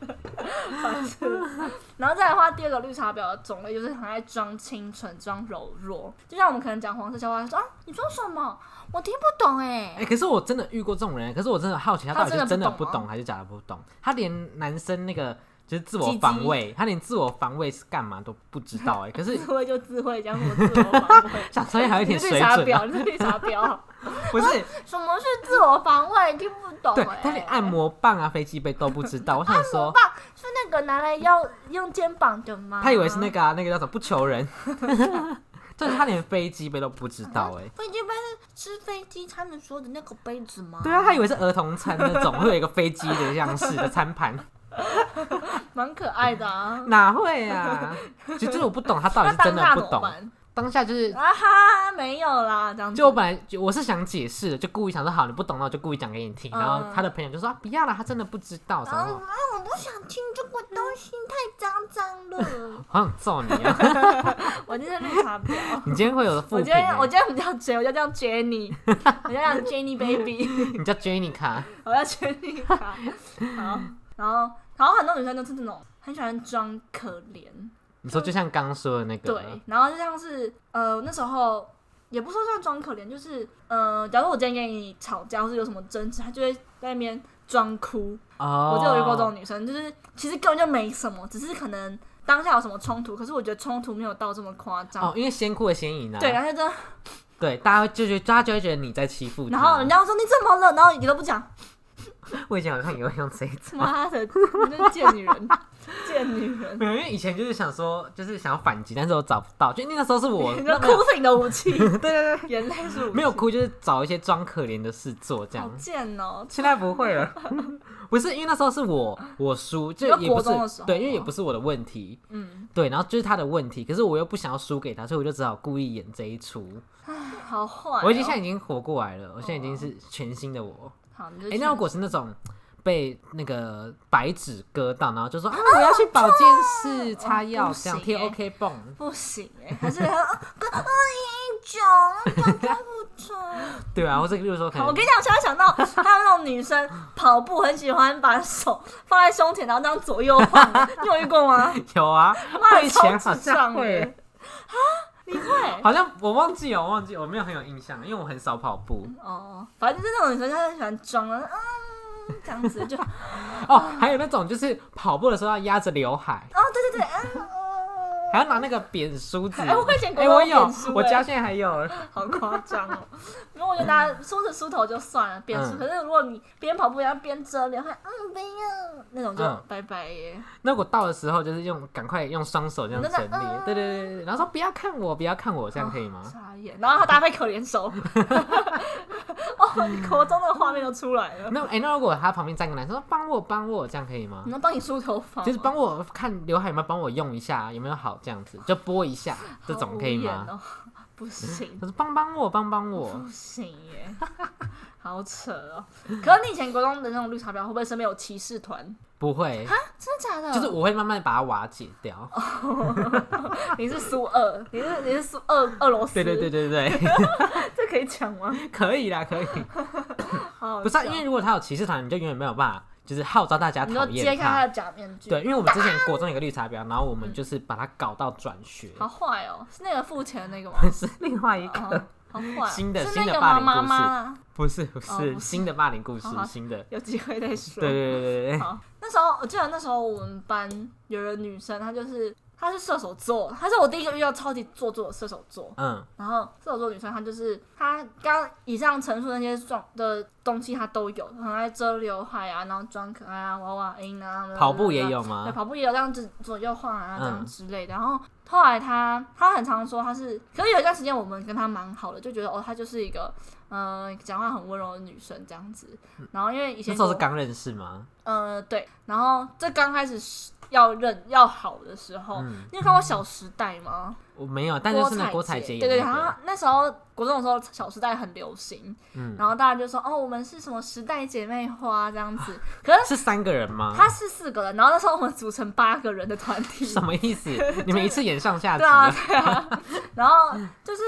然后再来的话，第二个绿茶婊的种类就是很爱装清纯、装柔弱，就像我们可能讲黄色笑话，说啊，你装什么？我听不懂哎、 哎、欸，可是我真的遇过这种人，可是我真的好奇，他到底是真的不他真的不懂吗懂还是假的不懂？他连男生那个就是自我防卫，他连自我防卫是干嘛都不知道哎、欸。可是自慧就自慧，讲什么自我防卫？ 想说还有一点水准、 啊。你是绿茶婊，你是绿茶婊。 不是、啊， 什么是自我防卫？听不懂、欸。 对，他连按摩棒啊、飞机杯都不知道。我想说， 按摩棒是那个拿来要用肩膀的吗？ 他以为是那个啊，那个叫什么不求人。就是他连飞机杯都不知道哎、欸， 飞机杯是吃飞机餐的时候的那个杯子吗？ 对啊，他以为是儿童餐那种，会有一个飞机的样式的餐盘， 蛮可爱的啊。 哪会啊？其实我不懂，他到底是真的不懂。当下就是啊哈，没有啦，这样子。 就我本来就我是想解释的，就故意想说好，你不懂，那我就故意讲给你听。嗯、然后他的朋友就说、啊、不要啦，他真的不知道。然后、 啊、我不想听这个东西，太脏脏了。 好想揍你啊！ 我就是绿茶婊。 你今天会有负评、欸？ 我今天我今天不叫 J， 我叫叫 Jenny， 我叫叫 Jenny Baby。 你叫 Jenny 卡， 我叫 Jenny 卡。好，然后然后很多女生都是那种很喜欢装可怜。 你说就像刚刚说的那个， 对，然后就像是呃那时候也不说算装可怜，就是呃，假如我今天跟你吵架或是有什么争执，她就会在那边装哭。 哦， 我就有遇过这种女生，就是其实根本就没什么，只是可能当下有什么冲突，可是我觉得冲突没有到这么夸张。 哦，因为先哭的先赢啊。 对，然后就对，大家就觉得大家就会觉得你在欺负他， 然后人家说你怎么了，然后你都不讲。 我以前好像也会用这一招。 妈的，你真是贱女人，贱女人。 没有，因为以前就是想说，就是想要反击，但是我找不到，就那个时候是我， 你的哭是你的武器， 对对对， 眼泪是武器。 没有哭就是找一些装可怜的事做，这样。 好贱哦！ 现在不会了，不是因为那时候是我我输，就也不是对，因为也不是我的问题，嗯，对，然后就是他的问题，可是我又不想要输给他，所以我就只好故意演这一出。 好坏、哦！ 我已经现在已经活过来了，我现在已经是全新的我。 好，哎、 欸，那如果是那种被那个白纸割到，然后就说啊，我要去保健室擦药，这样贴 OK 绷， 不行哎、欸，还是啊一种讲不出。 对啊，或者例如说可能， 我跟你讲，我现在想到还有那种女生跑步很喜欢把手放在胸前，然后这样左右晃，你有遇过吗？ 有啊，我以前好像会啊。你会？ 好像我忘记了，我忘记了，我没有很有印象，因为我很少跑步。 哦，反正就是那种女生，她很喜欢装啊，嗯，这样子就。 哦，还有那种就是跑步的时候要压着刘海。 哦，对对对，嗯。 还要拿那个扁梳子。 哎、欸，我以前国中有扁梳、欸， 我家现在还有。 好夸张哦！因为我觉得大家梳着梳头就算了，扁梳、嗯。可是如果你边跑步要边遮脸，还嗯不要那种就拜拜耶。 嗯、那我到的时候就是用赶快用双手这样整理，嗯、对对对对，然后说不要看我，不要看我，这样可以吗？ 傻眼，然后他搭配可怜手。哦，国中的画面都出来了。 那哎、欸，那如果他旁边站个男生说帮我帮我，这样可以吗？ 你能帮你梳头发？ 就是帮我看刘海有没有帮我用一下，有没有好这样子，就拨一下，这种可以吗？ 哦、不行， 他说帮帮我帮帮我， 不行耶，好扯哦。可是你以前国中的那种绿茶婊，会不会身边有骑士团？ 不会啊，真的假的？ 就是我会慢慢把它瓦解掉。 你是苏二，你是你是苏二俄罗斯？ 对对对对对， 这可以讲吗？ 可以啦，可以。 好好不是、啊，因为如果他有骑士团，你就永远没有办法，就是号召大家讨厌他。 你就揭开他的假面具。 对，因为我们之前国中有个绿茶婊，然后我们就是把他搞到转学。 好坏哦，是那个付钱的那个吗？ 是另外一个。哦好坏， 新的是新的霸凌故事， 妈不是不是、 哦、不是新的霸凌故事， 好好新的有机会再说。 对对对对对。 好，那时候我记得那时候我们班有个女生，她就是她是射手座，她是我第一个遇到超级做作的射手座。嗯，然后射手座女生她就是她刚以上陈述那些状的东西她都有，很爱遮刘海啊，然后装可爱啊，娃娃音啊， 跑步也有吗？ 对，跑步也有这样子左右晃啊，这样之类的。嗯、然后后来她她很常说她是，可是有一段时间我们跟她蛮好的，就觉得哦她就是一个呃讲话很温柔的女生这样子。然后因为以前那时候是刚认识吗？ 呃对，然后这刚开始要认要好的时候，嗯、你有看过《小时代》吗？ 我没有，但就是那郭采洁演的。 对对，然后那时候国中的时候，《小时代》很流行，嗯，然后大家就说哦，我们是什么时代姐妹花这样子。可是是三个人吗？ 他是四个人，然后那时候我们组成八个人的团体。 什么意思？你们一次演上下集？ 对啊对啊。然后就是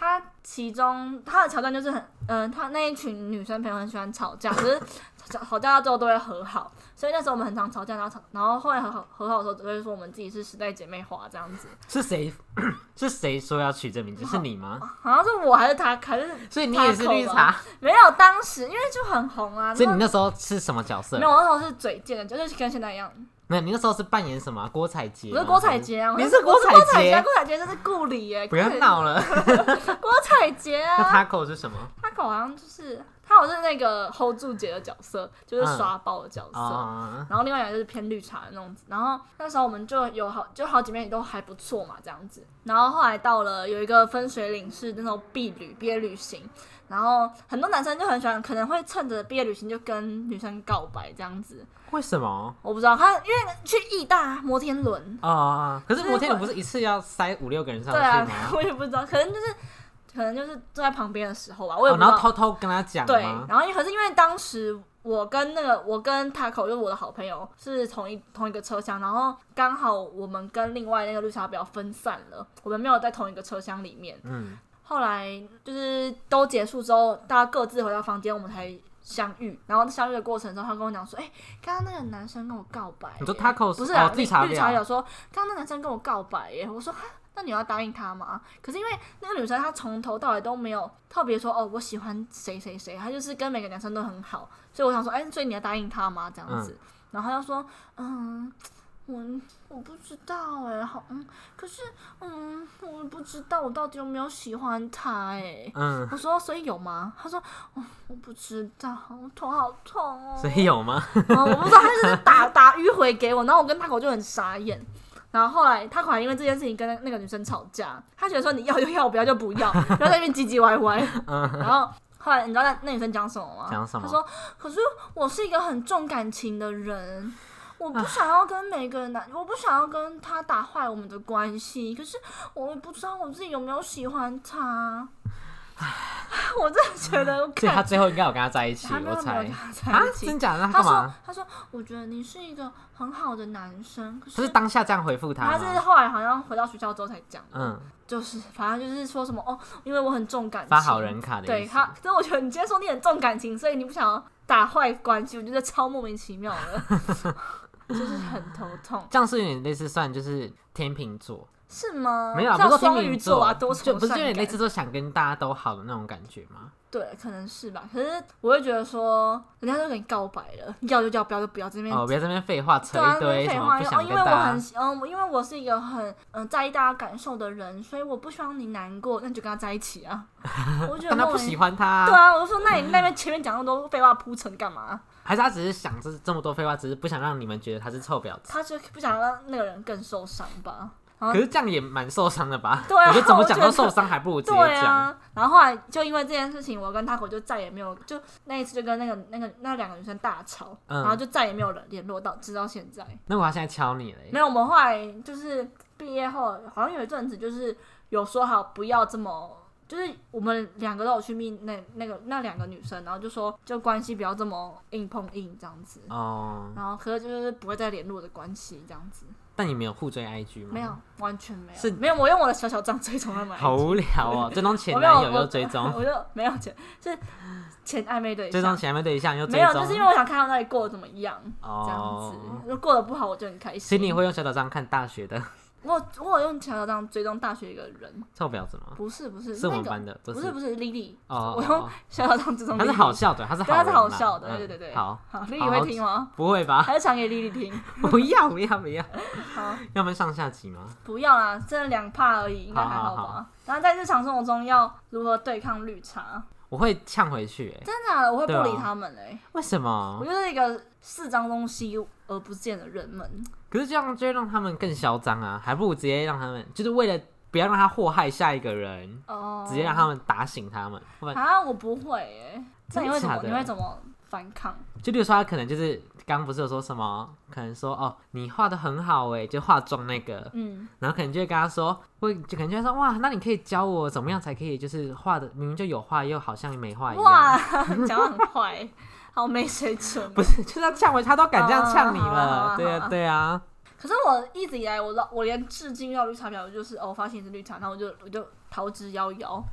他其中他的桥段就是很，嗯、呃，他那一群女生朋友很喜欢吵架，可是吵架之后都会和好，所以那时候我们很常吵架，然后吵，然后后来和好和好的时候，只会说我们自己是时代姐妹花这样子。 是谁是谁说要取这名字？是你吗？ 好像是我还是他，还是所以你也是绿茶？ 没有，当时因为就很红啊。 所以你那时候是什么角色？ 没有，我那时候是嘴贱的，就是跟现在一样。 没有，你那时候是扮演什么、啊？郭采洁？ 我是郭采洁啊！ 你是郭采洁？ 郭采洁这是顾里耶！ 不要闹了。 郭采洁啊！ 那 Taco 是什么 ？Taco 好像就是他，好像是那个 hold 住姐的角色，就是刷包的角色。 嗯、 然后另外一个就是偏绿茶的那种子。然后那时候我们就有好就好几妹都还不错嘛，这样子。然后后来到了有一个分水岭是那种毕旅毕业旅行。然后很多男生就很喜欢，可能会趁着毕业旅行就跟女生告白这样子。 为什么？ 我不知道，他因为去义大摩天轮啊、哦，可是摩天轮不是一次要塞五六个人上去吗？ 对啊，我也不知道，可能就是可能就是坐在旁边的时候吧，我也不知道。 哦、然后偷偷跟他讲。 对，然后可是因为当时我跟那个我跟 Taco 就是我的好朋友是同一同一个车厢，然后刚好我们跟另外那个绿茶婊分散了，我们没有在同一个车厢里面。嗯。后来就是都结束之后，大家各自回到房间，我们才相遇。然后相遇的过程中，他跟我讲说：“哎、欸，刚刚那个男生跟我告白。” 你说 Taco 不是啊？ 哦、绿茶绿茶婊说：“刚刚那男生跟我告白耶。”我说：“那你要答应他吗？”可是因为那个女生她从头到尾都没有特别说：“哦，我喜欢谁谁谁。”她就是跟每个男生都很好，所以我想说：“哎、欸，所以你要答应他吗？”这样子。嗯、然后他就说：“嗯。”我我不知道哎、欸，好嗯，可是嗯，我不知道我到底有没有喜欢他哎、欸。嗯，我说所以有吗？他说哦，我不知道，我头好痛哦。 所以有吗？ 嗯、我不知道，他就是打打迂回给我，然后我跟他口就很傻眼。然后后来他可能因为这件事情跟那个女生吵架，他觉得说你要就要，不要就不要，不要在那边唧唧歪歪。嗯，然后。后来你知道那那女生讲什么吗？ 讲什么？ 她说：“可是我是一个很重感情的人。”我不想要跟每个男，我不想要跟他打坏我们的关系。可是我也不知道我自己有没有喜欢他。我真的觉得， 所以他最后应该有跟他在一起，我猜。啊，真假的？他干嘛？ 他说：“我觉得你是一个很好的男生。”可是他是当下这样回复他吗？ 他是后来好像回到学校之后才讲。嗯，就是反正就是说什么哦，因为我很重感情， 发好人卡的意思。 对他，所以我觉得你今天说你很重感情，所以你不想要打坏关系，我觉得超莫名其妙的。就是很头痛， 这样是有点类似算就是天秤座是吗？ 没有啊，不是双鱼座啊，多就不是有点类似说想跟大家都好的那种感觉吗？ 对，可能是吧。可是我会觉得说，人家都跟你告白了，要就要，不要就不要，这边哦，不要这边废话扯一堆什么不想跟大家。 因为我很嗯，因为我是一个很嗯、呃、在意大家感受的人，所以我不希望你难过，那你就跟他在一起啊。我觉得但他不喜欢他、啊。 对啊，我就说那你那边前面讲那么多废话铺陈干嘛？ 还是他只是想这这么多废话，只是不想让你们觉得他是臭婊子。 他就不想让那个人更受伤吧。 可是这样也蛮受伤的吧？ 对啊， 我觉得怎么讲都受伤，还不如直接讲。对啊， 然后后来就因为这件事情，我跟他口就再也没有，就那一次就跟那个那个那两个女生大吵，嗯、然后就再也没有人联络到，直到现在。 那我现在敲你了。 没有，我们后来就是毕业后，好像有一阵子就是有说好不要这么。就是我们两个都有去密那那个那两个女生，然后就说就关系不要这么硬碰硬这样子哦，然后可是就是不会再联络的关系这样子。 但你没有互追 I G 吗？ 没有，完全没有。是没有，我用我的小小账追踪他们 I G。 好无聊哦，追踪前男友又追踪， 我就没有前是前暧昧对象， 追踪前暧昧对象又追踪， 没有，就是因为我想看他到底过得怎么样，哦、这样子，如果过得不好我就很开心。 所以你会用小小账看大学的？ 我我有用小小账追踪大学一个人， 臭婊子吗？ 不是不是， 是我们班的， 不是不是 Lily， 哦，我用小小账追踪， 他是好笑的，他是他是好笑的，对对对对。 好， 好 Lily 会听吗？ 不会吧？ 还是传给 Lily 听？ 不要不要不要！好，要分上下集吗？ 不要啦，这两趴而已，应该还好吧？然后在日常生活中要如何对抗绿茶？ 我会呛回去、欸， 真的、啊，我会不理他们嘞、欸。 为什么？ 我就是一个视脏东西而不见的人们。 可是这样就会让他们更嚣张啊，还不如直接让他们，就是为了不要让他祸害下一个人，哦、直接让他们打醒他们。 啊，我不会哎、欸，那你会怎么？你会怎么反抗？ 就例如说，他可能就是刚刚不是有说什么，可能说哦，你画的很好哎，就化妆那个，嗯，然后可能就会跟他说，会就可能就会说哇，那你可以教我怎么样才可以，就是画的明明就有画，又好像没画一样。 哇，讲得很坏，好没水准。 不是，就是要呛回他都敢这样呛你了，对啊，对啊。 可是我一直以来，我我连至今遇到绿茶婊，就是哦，我发现你是绿茶，然后我就我就逃之夭夭。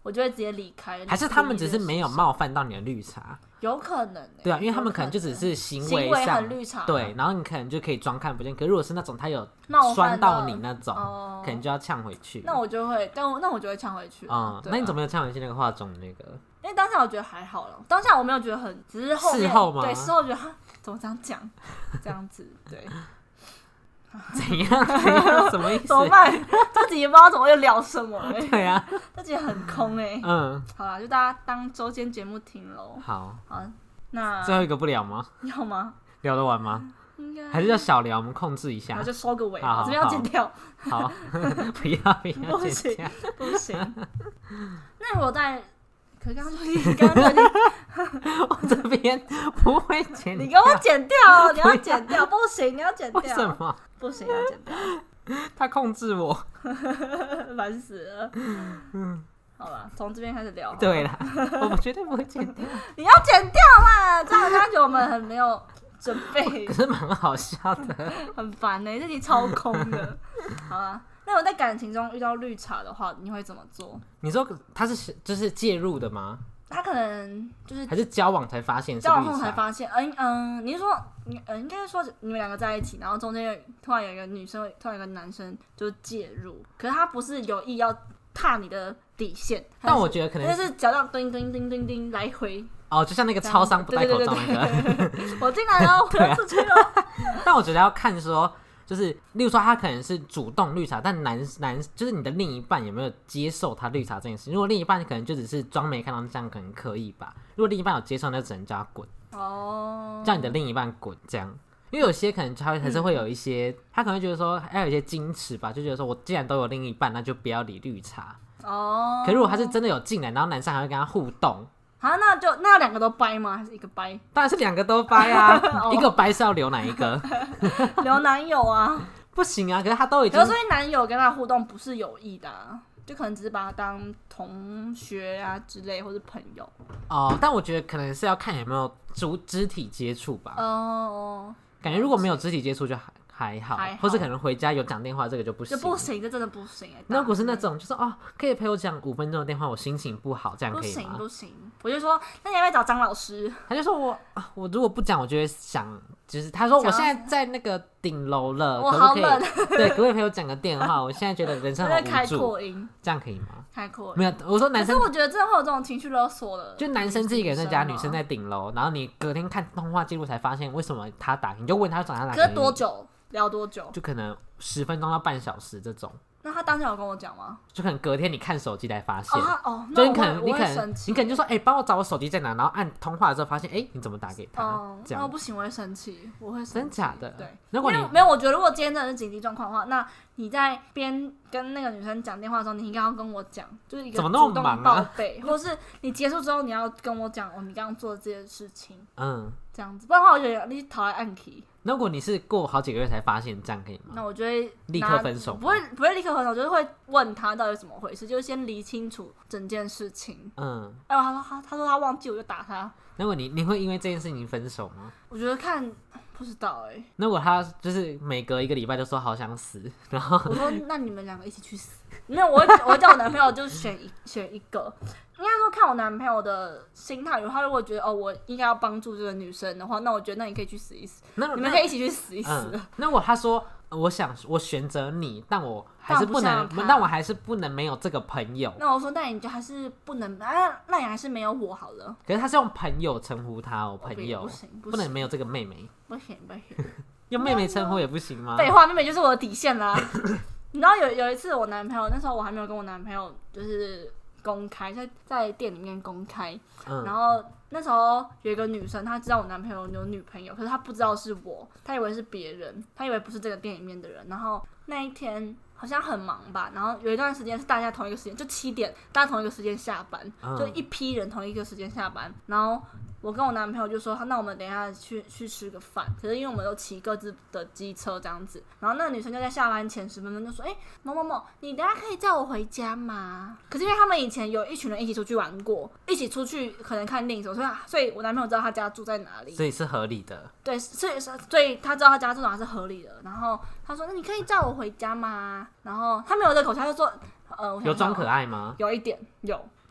我就会直接离开。 还是他们只是没有冒犯到你的绿茶？ 有可能、欸， 对啊，因为他们可能就只是行为上行为很绿茶， 对，然后你可能就可以装看不见。可是如果是那种他有酸到你那种，哦、可能就要呛回去。 那我就会，但我那我就会呛回去。 嗯，啊、那你怎么没有呛回去那个化妆那个？ 因为当下我觉得还好了，当下我没有觉得很，只是后面事后吗？ 对，事后觉得怎么这样讲，这样子，对。 怎样？怎样？什么意思？ 怎么办？这集也不知道怎么又聊什么哎、欸。 对啊， 这集很空哎、欸。嗯，好啦，就大家当周间节目听喽。 好， 好，那最后一个不聊吗？ 要吗？ 聊得完吗？ 应该还是要小聊，我们控制一下。 我就收个尾， 好好这边要剪掉。 好，不要不要不剪掉， 不行。那我在，可是刚刚说你刚刚说我这边不会剪掉， 你给我剪掉，你要剪掉，不行，你要剪掉。 为什么？ 不行，要剪掉。 他控制我， 烦死了。嗯，好了，从这边开始聊。 对啦，我们绝对不会剪掉。 你要剪掉啦，这样人家觉得我们很没有准备。 可是蛮好笑的， 很烦呢、欸，这集超空的。好啦，那我在感情中遇到绿茶的话，你会怎么做？ 你说他是就是介入的吗？ 他可能就是还是交往才发现是绿茶， 交往后才发现，嗯嗯，你是说你嗯，应该说你们两个在一起，然后中间突然有一个女生，突然有一个男生就介入，可是他不是有意要踏你的底线， 但我觉得可能是脚上叮叮叮叮叮来回。 哦，就像那个超商不戴口罩那个， 我进来了，我要出去了。 但我觉得要看说。就是例如说他可能是主动绿茶，但男男就是你的另一半有没有接受他绿茶这件事？如果另一半可能就只是装没看到，这样可能可以吧。如果另一半有接受，那就只能叫他滚哦，叫你的另一半滚这样。因为有些可能他还是会有一些，嗯、他可能会觉得说还有一些矜持吧，就觉得说我既然都有另一半，那就不要理绿茶哦。可是如果他是真的有进来，然后男生还会跟他互动。 啊，那就那两个都掰吗？还是一个掰？ 当然是两个都掰啊！一个掰是要留哪一个？ 留男友啊？ 不行啊！可是他都已经， 可是所以男友跟他互动不是有意的、啊，就可能只是把他当同学啊之类，或是朋友。 哦，但我觉得可能是要看有没有肢肢体接触吧。哦，感觉如果没有肢体接触就还。还好，还好或是可能回家有讲电话，这个就不行， 就不行，这真的不行、欸。 那如果是那种，就是哦，可以陪我讲五分钟的电话，我心情不好，这样可以吗？ 不行，不行。我就说，那你要不要找张老师？ 他就说我，我如果不讲，我就会想，就是他说我现在在那个顶楼了， 我可不可以？对，可不可以陪我讲个电话？我现在觉得人生好无助， 开扩音， 这样可以吗？ 开扩音没有，我说男生， 可是我觉得真的会有这种情绪勒索的， 就男生自己一个人在家，女生在顶楼，然后你隔天看通话记录才发现为什么他打，你就问他找他打， 可是多久？聊多久？ 就可能十分钟到半小时这种。 那他当下有跟我讲吗？ 就可能隔天你看手机才发现。 哦，哦就你可能你可能你可能就说，哎、欸，帮我找我手机在哪？然后按通话的时候发现，哎、欸，你怎么打给他？哦，这样。 那不行，我会生气，我会生气。 真假的？ 对。 如果你没有，我觉得如果今天真的是紧急状况的话，那你在边跟那个女生讲电话的时候，你应该要跟我讲，就是一个主动报备，啊、或是你结束之后你要跟我讲，哦，你刚刚做的这件事情，嗯，这样子，不然的话我觉得你讨厌暗棋。 如果你是过好几个月才发现，这样可以吗？ 那我就会立刻分手， 不会不会立刻分手，就是会问他到底怎么回事，就是先理清楚整件事情。嗯，哎，他说他他说他忘记，我就打他。 如果你你会因为这件事情分手吗？ 我觉得看不知道哎、欸。 如果他就是每隔一个礼拜就说好想死，然后我说那你们两个一起去死。没有，我会我会叫我男朋友就选一选一个。应该说看我男朋友的心态，他如果觉得哦，我应该要帮助这个女生的话，那我觉得那你可以去死一死，你们可以一起去死一死。嗯、 那我他说我想我选择你，但我还是不能，但, 但我还是不能没有这个朋友。 那我说，那你就还是不能啊？那你还是没有我好了。 可是他是用朋友称呼他哦，朋友不行，不行， 不能没有这个妹妹。 不行不行， 用妹妹称呼也不行吗？ 废话，妹妹就是我的底线啦。你知道有有一次我男朋友那时候我还没有跟我男朋友就是公开在在店里面公开，嗯、然后那时候有一个女生她知道我男朋友有女朋友，可是她不知道是我，她以为是别人，她以为不是这个店里面的人。然后那一天好像很忙吧，然后有一段时间是大家同一个时间，就七点大家同一个时间下班，嗯、就一批人同一个时间下班，然后。我跟我男朋友就说，那我们等一下去去吃个饭。可是因为我们都骑各自的机车这样子，然后那个女生就在下班前十分钟就说：“哎、欸，某某某，你等一下可以载我回家吗？”可是因为他们以前有一群人一起出去玩过，一起出去可能看电影什么，所以所以我男朋友知道他家住在哪里， 所以是合理的。 对，所以所以他知道他家住哪是合理的。然后他说：“那你可以载我回家吗？”然后他没有这口气，他就说：“呃， 有装可爱吗？” 有一点有。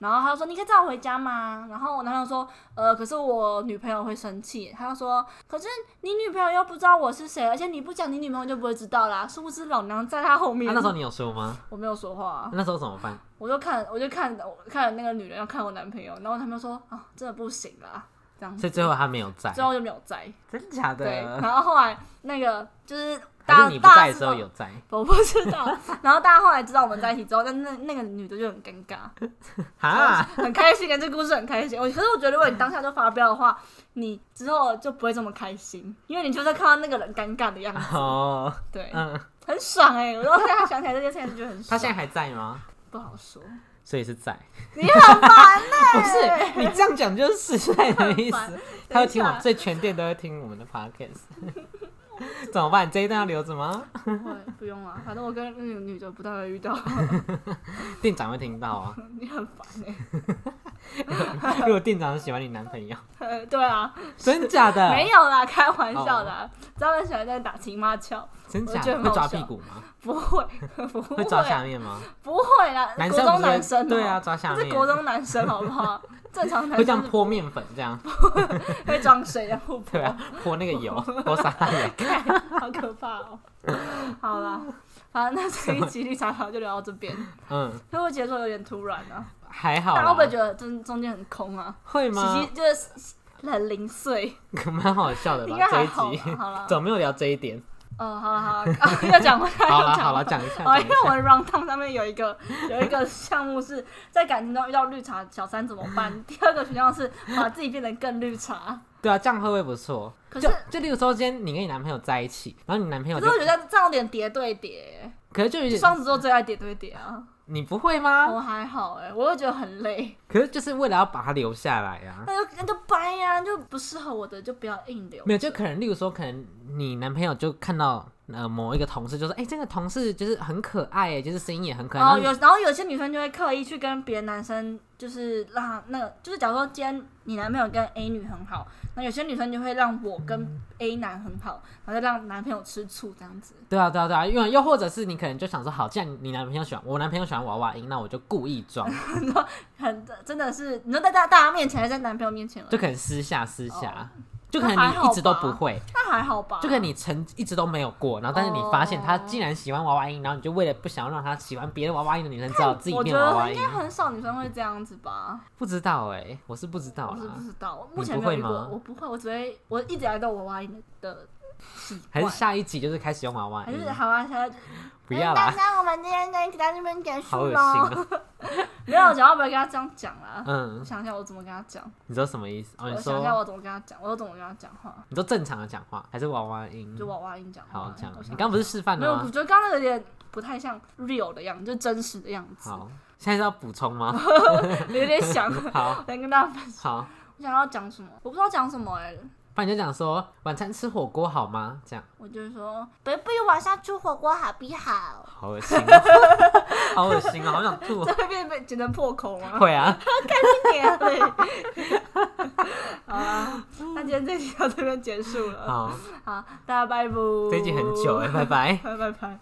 然后他就说你可以载我回家吗？然后我男朋友说呃可是我女朋友会生气，他就说可是你女朋友又不知道我是谁，而且你不讲你女朋友就不会知道啦，殊不知老娘在他后面。 啊、那时候你有说吗？ 我没有说话、啊、 那时候怎么办？ 我就看我就看我看那个女人要看我男朋友，然后我男朋友说啊真的不行啦，这样子， 所以最后他没有在， 最后就没有在。 真假的？ 对，然后后来那个就是还是你不在的时候有在？ 我不知道。然后大家后来知道我们在一起之后，但那那个女的就很尴尬， 哈， 很开心，这故事很开心。我可是我觉得，如果你当下就发飙的话，你之后就不会这么开心，因为你就在看到那个人尴尬的样子。 哦， 对， 嗯， 很爽哎、欸！我现在想起来这件事情就很爽。 他现在还在吗？ 不好说。 所以是在。 你很烦哎、欸！ 不是你这样讲就是实在的意思。他会听我，所以全店都会听我们的 podcast。怎么办？这一段要留着吗？ 不会，不用了。反正我跟那个女的不太会遇到。 店长会听到啊。 你很烦哎、 欸！如果店长喜欢你男朋友， 呃，对啊， 真假的？ 没有啦，开玩笑的、啊。知道很喜欢在打情骂俏， 真假的？会抓屁股吗？ 不会，不会。 会抓下面吗？ 不会啦， 男生国中男生、喔、 对啊，抓下面。 是国中男生好不好？正常男生会这样泼面粉，这样会装水然后泼。 对啊，泼那个油，泼沙拉油， 好可怕哦、喔。好啦，好，那这一集绿茶婊就聊到这边。嗯，会不会结束有点突然啊？ 还好啦。 大家会不会觉得中中间很空啊？ 会吗？ 其实就是很零碎， 蛮好笑的吧？ 应该还好。这一集好了， 怎么没有聊这一点？ 哦，好了好了，啊、要讲回来。 好了好了，讲一下。 哦，因为我的 round down 上面有一个有一个项目是在感情中遇到绿茶小三怎么办？第二个选项是把自己变得更绿茶。对啊，这样会不会不错？ 可是就就例如说，今天你跟你男朋友在一起，然后你男朋友就， 可是我觉得这样有点叠对叠。 可是就有点双子座最爱叠对叠啊。 你不会吗？ 我还好哎、欸，我会觉得很累。 可是就是为了要把它留下来啊。 那就那就掰呀、啊，就不适合我的就不要硬留。 没有，就可能例如说，可能你男朋友就看到呃某一个同事，就说：“哎、欸，这个同事就是很可爱哎，就是声音也很可爱。” 然后有，然后有些女生就会刻意去跟别的男生，就是让那个，就是假如说今天你男朋友跟 A 女很好，那有些女生就会让我跟 A 男很好，然后再让男朋友吃醋这样子。 对啊，对啊，对啊，因为又或者是你可能就想说，好，既然你男朋友喜欢我，男朋友喜欢娃娃音，那我就故意装， 很真的是，你说在大大家面前，还是在男朋友面前？ 就可能私下私下。哦，就可能你一直都不会， 那还好吧？ 就可能你曾一直都没有过，然后但是你发现他竟然喜欢娃娃音，然后你就为了不想要让他喜欢别的娃娃音的女生知道自己变娃娃音。 我觉得应该很少女生会这样子吧？ 不知道哎、欸，我是不知道啦， 我是不知道，目前没有遇过。我不会，我只会我一直来都有娃娃音的习惯。 还是下一集就是开始用娃娃音？ 还是好啊，现在不要啦。 那我们今天这一集到这边结束喽。 好恶心哦！ 没有，讲话不会跟他这样讲啦。 嗯， 我想一下我怎么跟他讲。 你说什么意思？哦，你说我想一下我怎么跟他讲，我都怎么跟他讲话？ 你说正常的讲话还是娃娃音？ 就娃娃音讲话。 好讲，你刚刚不是示范了吗？ 没有，我觉得刚刚那个有点不太像 real 的样子，就真实的样子。 好，现在是要补充吗？ 有点想。 好， 来跟大家分享。 好， 我想要讲什么？我不知道讲什么哎、欸。 不然你就讲说晚餐吃火锅好吗？这样。 我就说 ，baby 晚上吃火锅好不好？ 好恶心、喔，好恶心啊、喔，好想吐。 这会变被剪成破口吗？ 会啊。 干一点嘞。好啦，那今天这集到这边结束了。 好， 好，大家拜拜。 这一集很久哎、欸，拜拜。 拜拜拜。